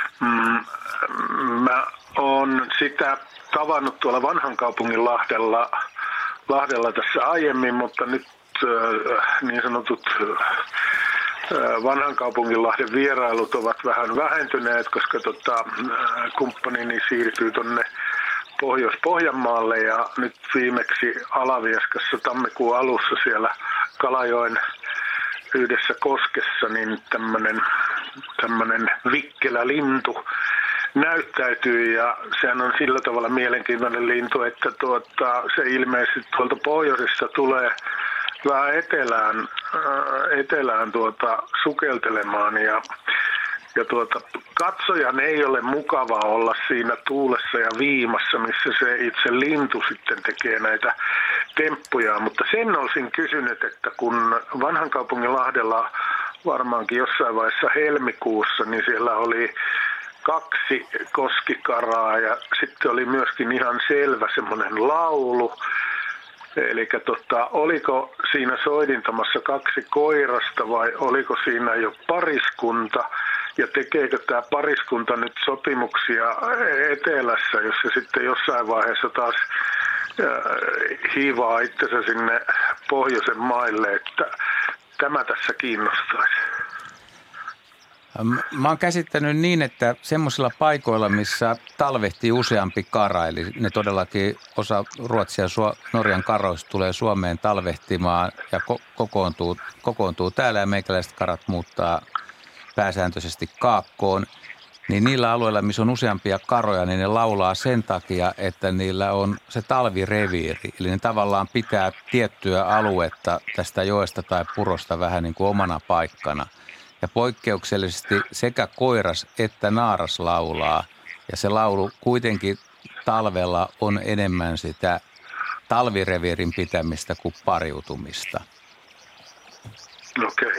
Mä oon sitä tavannut tuolla Vanhan kaupungin Lahdella tässä aiemmin, mutta nyt niin sanotut Vanhan kaupungin Lahden vierailut ovat vähän vähentyneet, koska kumppanini siirtyy tonne Pohjois-Pohjanmaalle ja nyt viimeksi Alavieskassa tammikuun alussa siellä Kalajoen yhdessä koskessa niin tämmöinen vikkelä lintu näyttäytyy ja sehän on sillä tavalla mielenkiintoinen lintu, että se ilmeisesti tuolta pohjoisesta tulee vähän etelään sukeltelemaan ja katsojan ei ole mukava olla siinä tuulessa ja viimassa, missä se itse lintu sitten tekee näitä temppuja. Mutta sen olisin kysynyt, että kun Vanhan kaupungin Lahdella varmaankin jossain vaiheessa helmikuussa, niin siellä oli 2 koskikaraa ja sitten oli myöskin ihan selvä semmoinen laulu. Eli oliko siinä soidintamassa 2 koirasta vai oliko siinä jo pariskunta? Ja tekeekö tämä pariskunta nyt sopimuksia etelässä, jos se sitten jossain vaiheessa taas hiivaa itsensä sinne pohjoisen maille, että tämä tässä kiinnostaisi? Mä oon käsittänyt niin, että semmoisilla paikoilla, missä talvehtii useampi kara, eli ne todellakin osa Ruotsia ja Norjan karoista tulee Suomeen talvehtimaan ja kokoontuu täällä ja meikäläiset karat muuttaa pääsääntöisesti kaakkoon, niin niillä alueilla, missä on useampia karoja, niin ne laulaa sen takia, että niillä on se talvireviiri. Eli ne tavallaan pitää tiettyä aluetta tästä joesta tai purosta vähän niin kuin omana paikkana. Ja poikkeuksellisesti sekä koiras että naaras laulaa. Ja se laulu kuitenkin talvella on enemmän sitä talvireviirin pitämistä kuin pariutumista. Okei.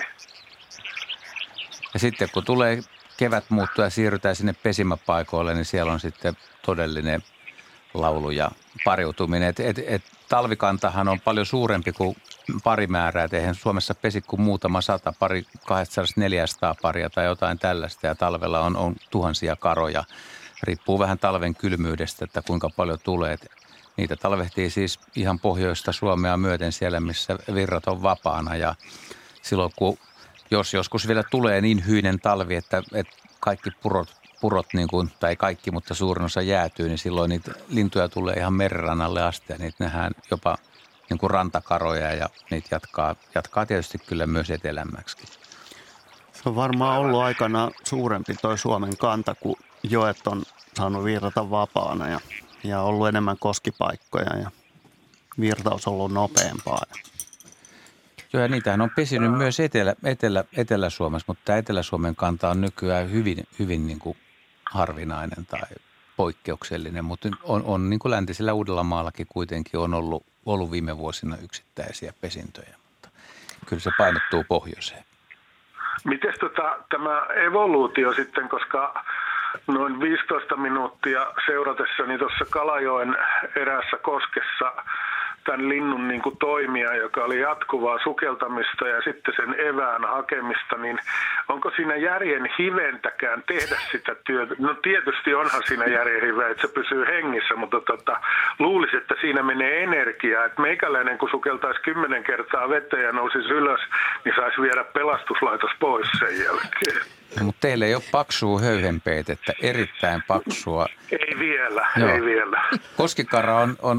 Ja sitten kun tulee kevät muuttua ja siirrytään sinne pesimäpaikoille, niin siellä on sitten todellinen laulu ja pariutuminen. Talvikantahan on paljon suurempi kuin parimäärää. Et eihän Suomessa pesi kuin muutama 100, 200-400 paria tai jotain tällaista. Ja talvella on tuhansia karoja. Riippuu vähän talven kylmyydestä, että kuinka paljon tulee. Niitä talvehtii siis ihan pohjoista Suomea myöten siellä, missä virrat on vapaana. Ja silloin kun jos joskus vielä tulee niin hyinen talvi, että kaikki purot niin kuin, tai kaikki, mutta suurin osa jäätyy, niin silloin niitä lintuja tulee ihan merenrannalle asti ja niitä nähdään jopa niin kuin rantakaroja ja niitä jatkaa tietysti kyllä myös etelämmäksikin. Se on varmaan ollut aikana suurempi toi Suomen kanta, kun joet on saanut virrata vapaana ja ollut enemmän koskipaikkoja ja virtaus on ollut nopeampaa. Joo, ja niitähän on pesinyt myös Etelä-Suomessa, mutta tämä Etelä-Suomen kanta on nykyään hyvin niin kuin harvinainen tai poikkeuksellinen, mutta on niin kuin läntisellä Uudellamaallakin kuitenkin on ollut viime vuosina yksittäisiä pesintöjä, mutta kyllä se painottuu pohjoiseen. Mites tämä evoluutio sitten, koska noin 15 minuuttia seuratessani tuossa Kalajoen eräässä koskessa tämän linnun niin kuin toimia, joka oli jatkuvaa sukeltamista ja sitten sen evään hakemista, niin onko siinä järjen hiventäkään tehdä sitä työtä? No tietysti onhan siinä järjen hiveä, että se pysyy hengissä, mutta luulisin, että siinä menee energiaa. Että meikäläinen, kun sukeltaisi 10 kertaa vettä ja nousisi ylös, niin saisi viedä pelastuslaitos pois sen jälkeen. Mutta teillä ei ole paksua höyhenpeitettä, erittäin paksua. Ei vielä. Koskikara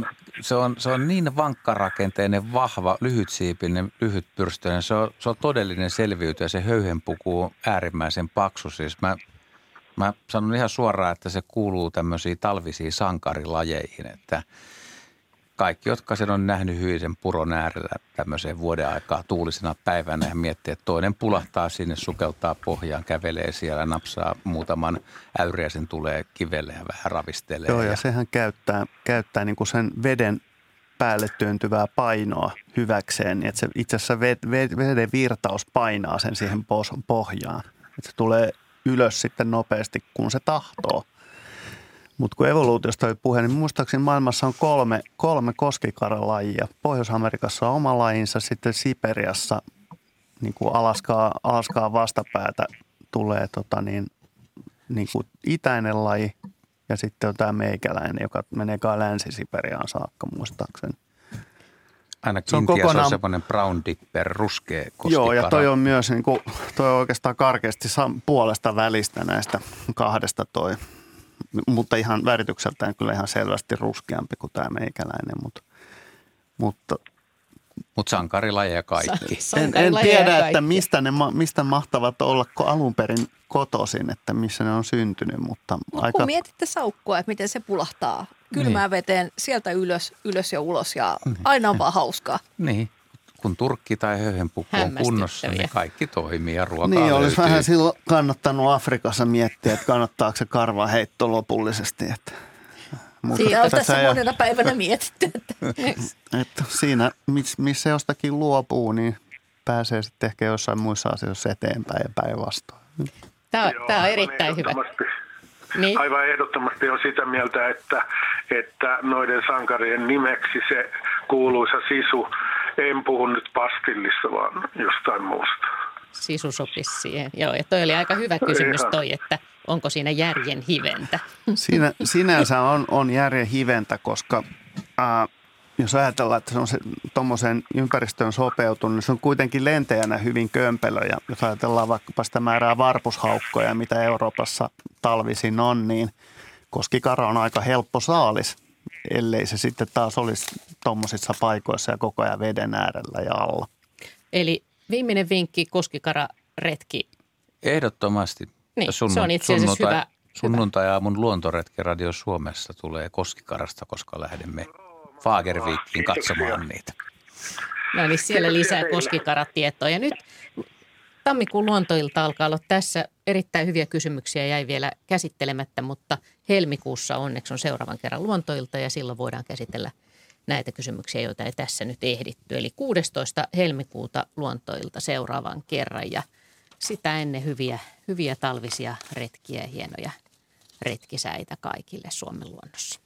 se on niin vankkarakenteinen, vahva, lyhytsiipinen, lyhytpyrstöinen. Se on todellinen selviytyjä. Se höyhenpuku on äärimmäisen paksu. Siis mä sanon ihan suoraan, että se kuuluu tämmöisiin talvisiin sankarilajeihin, että kaikki, jotka sen on nähnyt hyisen puron äärellä tämmöiseen vuoden aikaa tuulisena päivänä ja miettii, että toinen pulahtaa sinne, sukeltaa pohjaan, kävelee siellä, napsaa muutaman äyriäisen, tulee kivelle ja vähän ravistelee. Joo, ja sehän käyttää niin kuin sen veden päälle työntyvää painoa hyväkseen, niin että se itse asiassa veden virtaus painaa sen siihen pohjaan. Että se tulee ylös sitten nopeasti, kun se tahtoo. Mutta kun evoluutiosta oli puhe, niin muistaakseni maailmassa on kolme koskikaralajia. Pohjois-Amerikassa on oma lajinsa, sitten Siperiassa niin kuin Alaskaa vastapäätä tulee niin kuin itäinen laji ja sitten on tämä meikäläinen, joka menee kai Länsi-Siperiaan saakka muistaakseni. Ainakin Intiassa on semmoinen brown dipper, ruskea koskikara. Joo, ja toi on myös niin kuin, toi on oikeastaan karkeasti puolesta välistä näistä kahdesta toi. Mutta ihan väritykseltään kyllä ihan selvästi ruskeampi kuin tämä meikäläinen, mutta sankarilajeja kaikki. En tiedä, että mistä mahtavat olla alun perin kotoisin, että missä ne on syntynyt, mutta aika... Kun mietitte saukkua, että miten se pulahtaa kylmään veteen sieltä ylös ja ulos ja aina on vaan hauskaa. Niin. Kun turkki tai höyhenpukku on kunnossa, niin kaikki toimii ja ruokaa niin, löytyy. Olisi vähän silloin kannattanut Afrikassa miettiä, että kannattaako se karva heitto lopullisesti. Siitä on tässä monena päivänä mietitty. Että siinä, missä jostakin luopuu, niin pääsee sitten ehkä jossain muissa asioissa eteenpäin ja päinvastoin. Tämä on erittäin hyvä. Niin. Aivan ehdottomasti on sitä mieltä, että noiden sankarien nimeksi se kuuluisa sisu, en puhu nyt pastillista, vaan jostain muusta. Sisu sopisi siihen. Joo, ja toi oli aika hyvä kysymys toi, että onko siinä järjen hiventä? Siinä sinänsä on järjen hiventä, koska jos ajatellaan, että se on tuommoiseen ympäristöön sopeutunut, niin se on kuitenkin lentäjänä hyvin kömpelö. Ja jos ajatellaan vaikkapa sitä määrää varpushaukkoja, mitä Euroopassa talvisin on, niin koskikara on aika helppo saalis, ellei se sitten taas olisi tuommoisissa paikoissa ja koko ajan veden äärellä ja alla. Eli viimeinen vinkki, koskikararetki. Ehdottomasti. Niin, se on itse asiassa hyvä. Sunnuntai-aamun luontoretki Radio Suomessa tulee koskikarasta, koska lähdemme Fagervikiin katsomaan niitä. No niin, siellä lisää koskikaratietoa. Ja nyt tammikuun luontoilta alkaa olla tässä. Erittäin hyviä kysymyksiä jäi vielä käsittelemättä, mutta helmikuussa onneksi on seuraavan kerran luontoilta ja silloin voidaan käsitellä näitä kysymyksiä, joita ei tässä nyt ehditty. Eli 16. helmikuuta luontoilta seuraavan kerran ja sitä ennen hyviä talvisia retkiä ja hienoja retkisäitä kaikille Suomen luonnossa.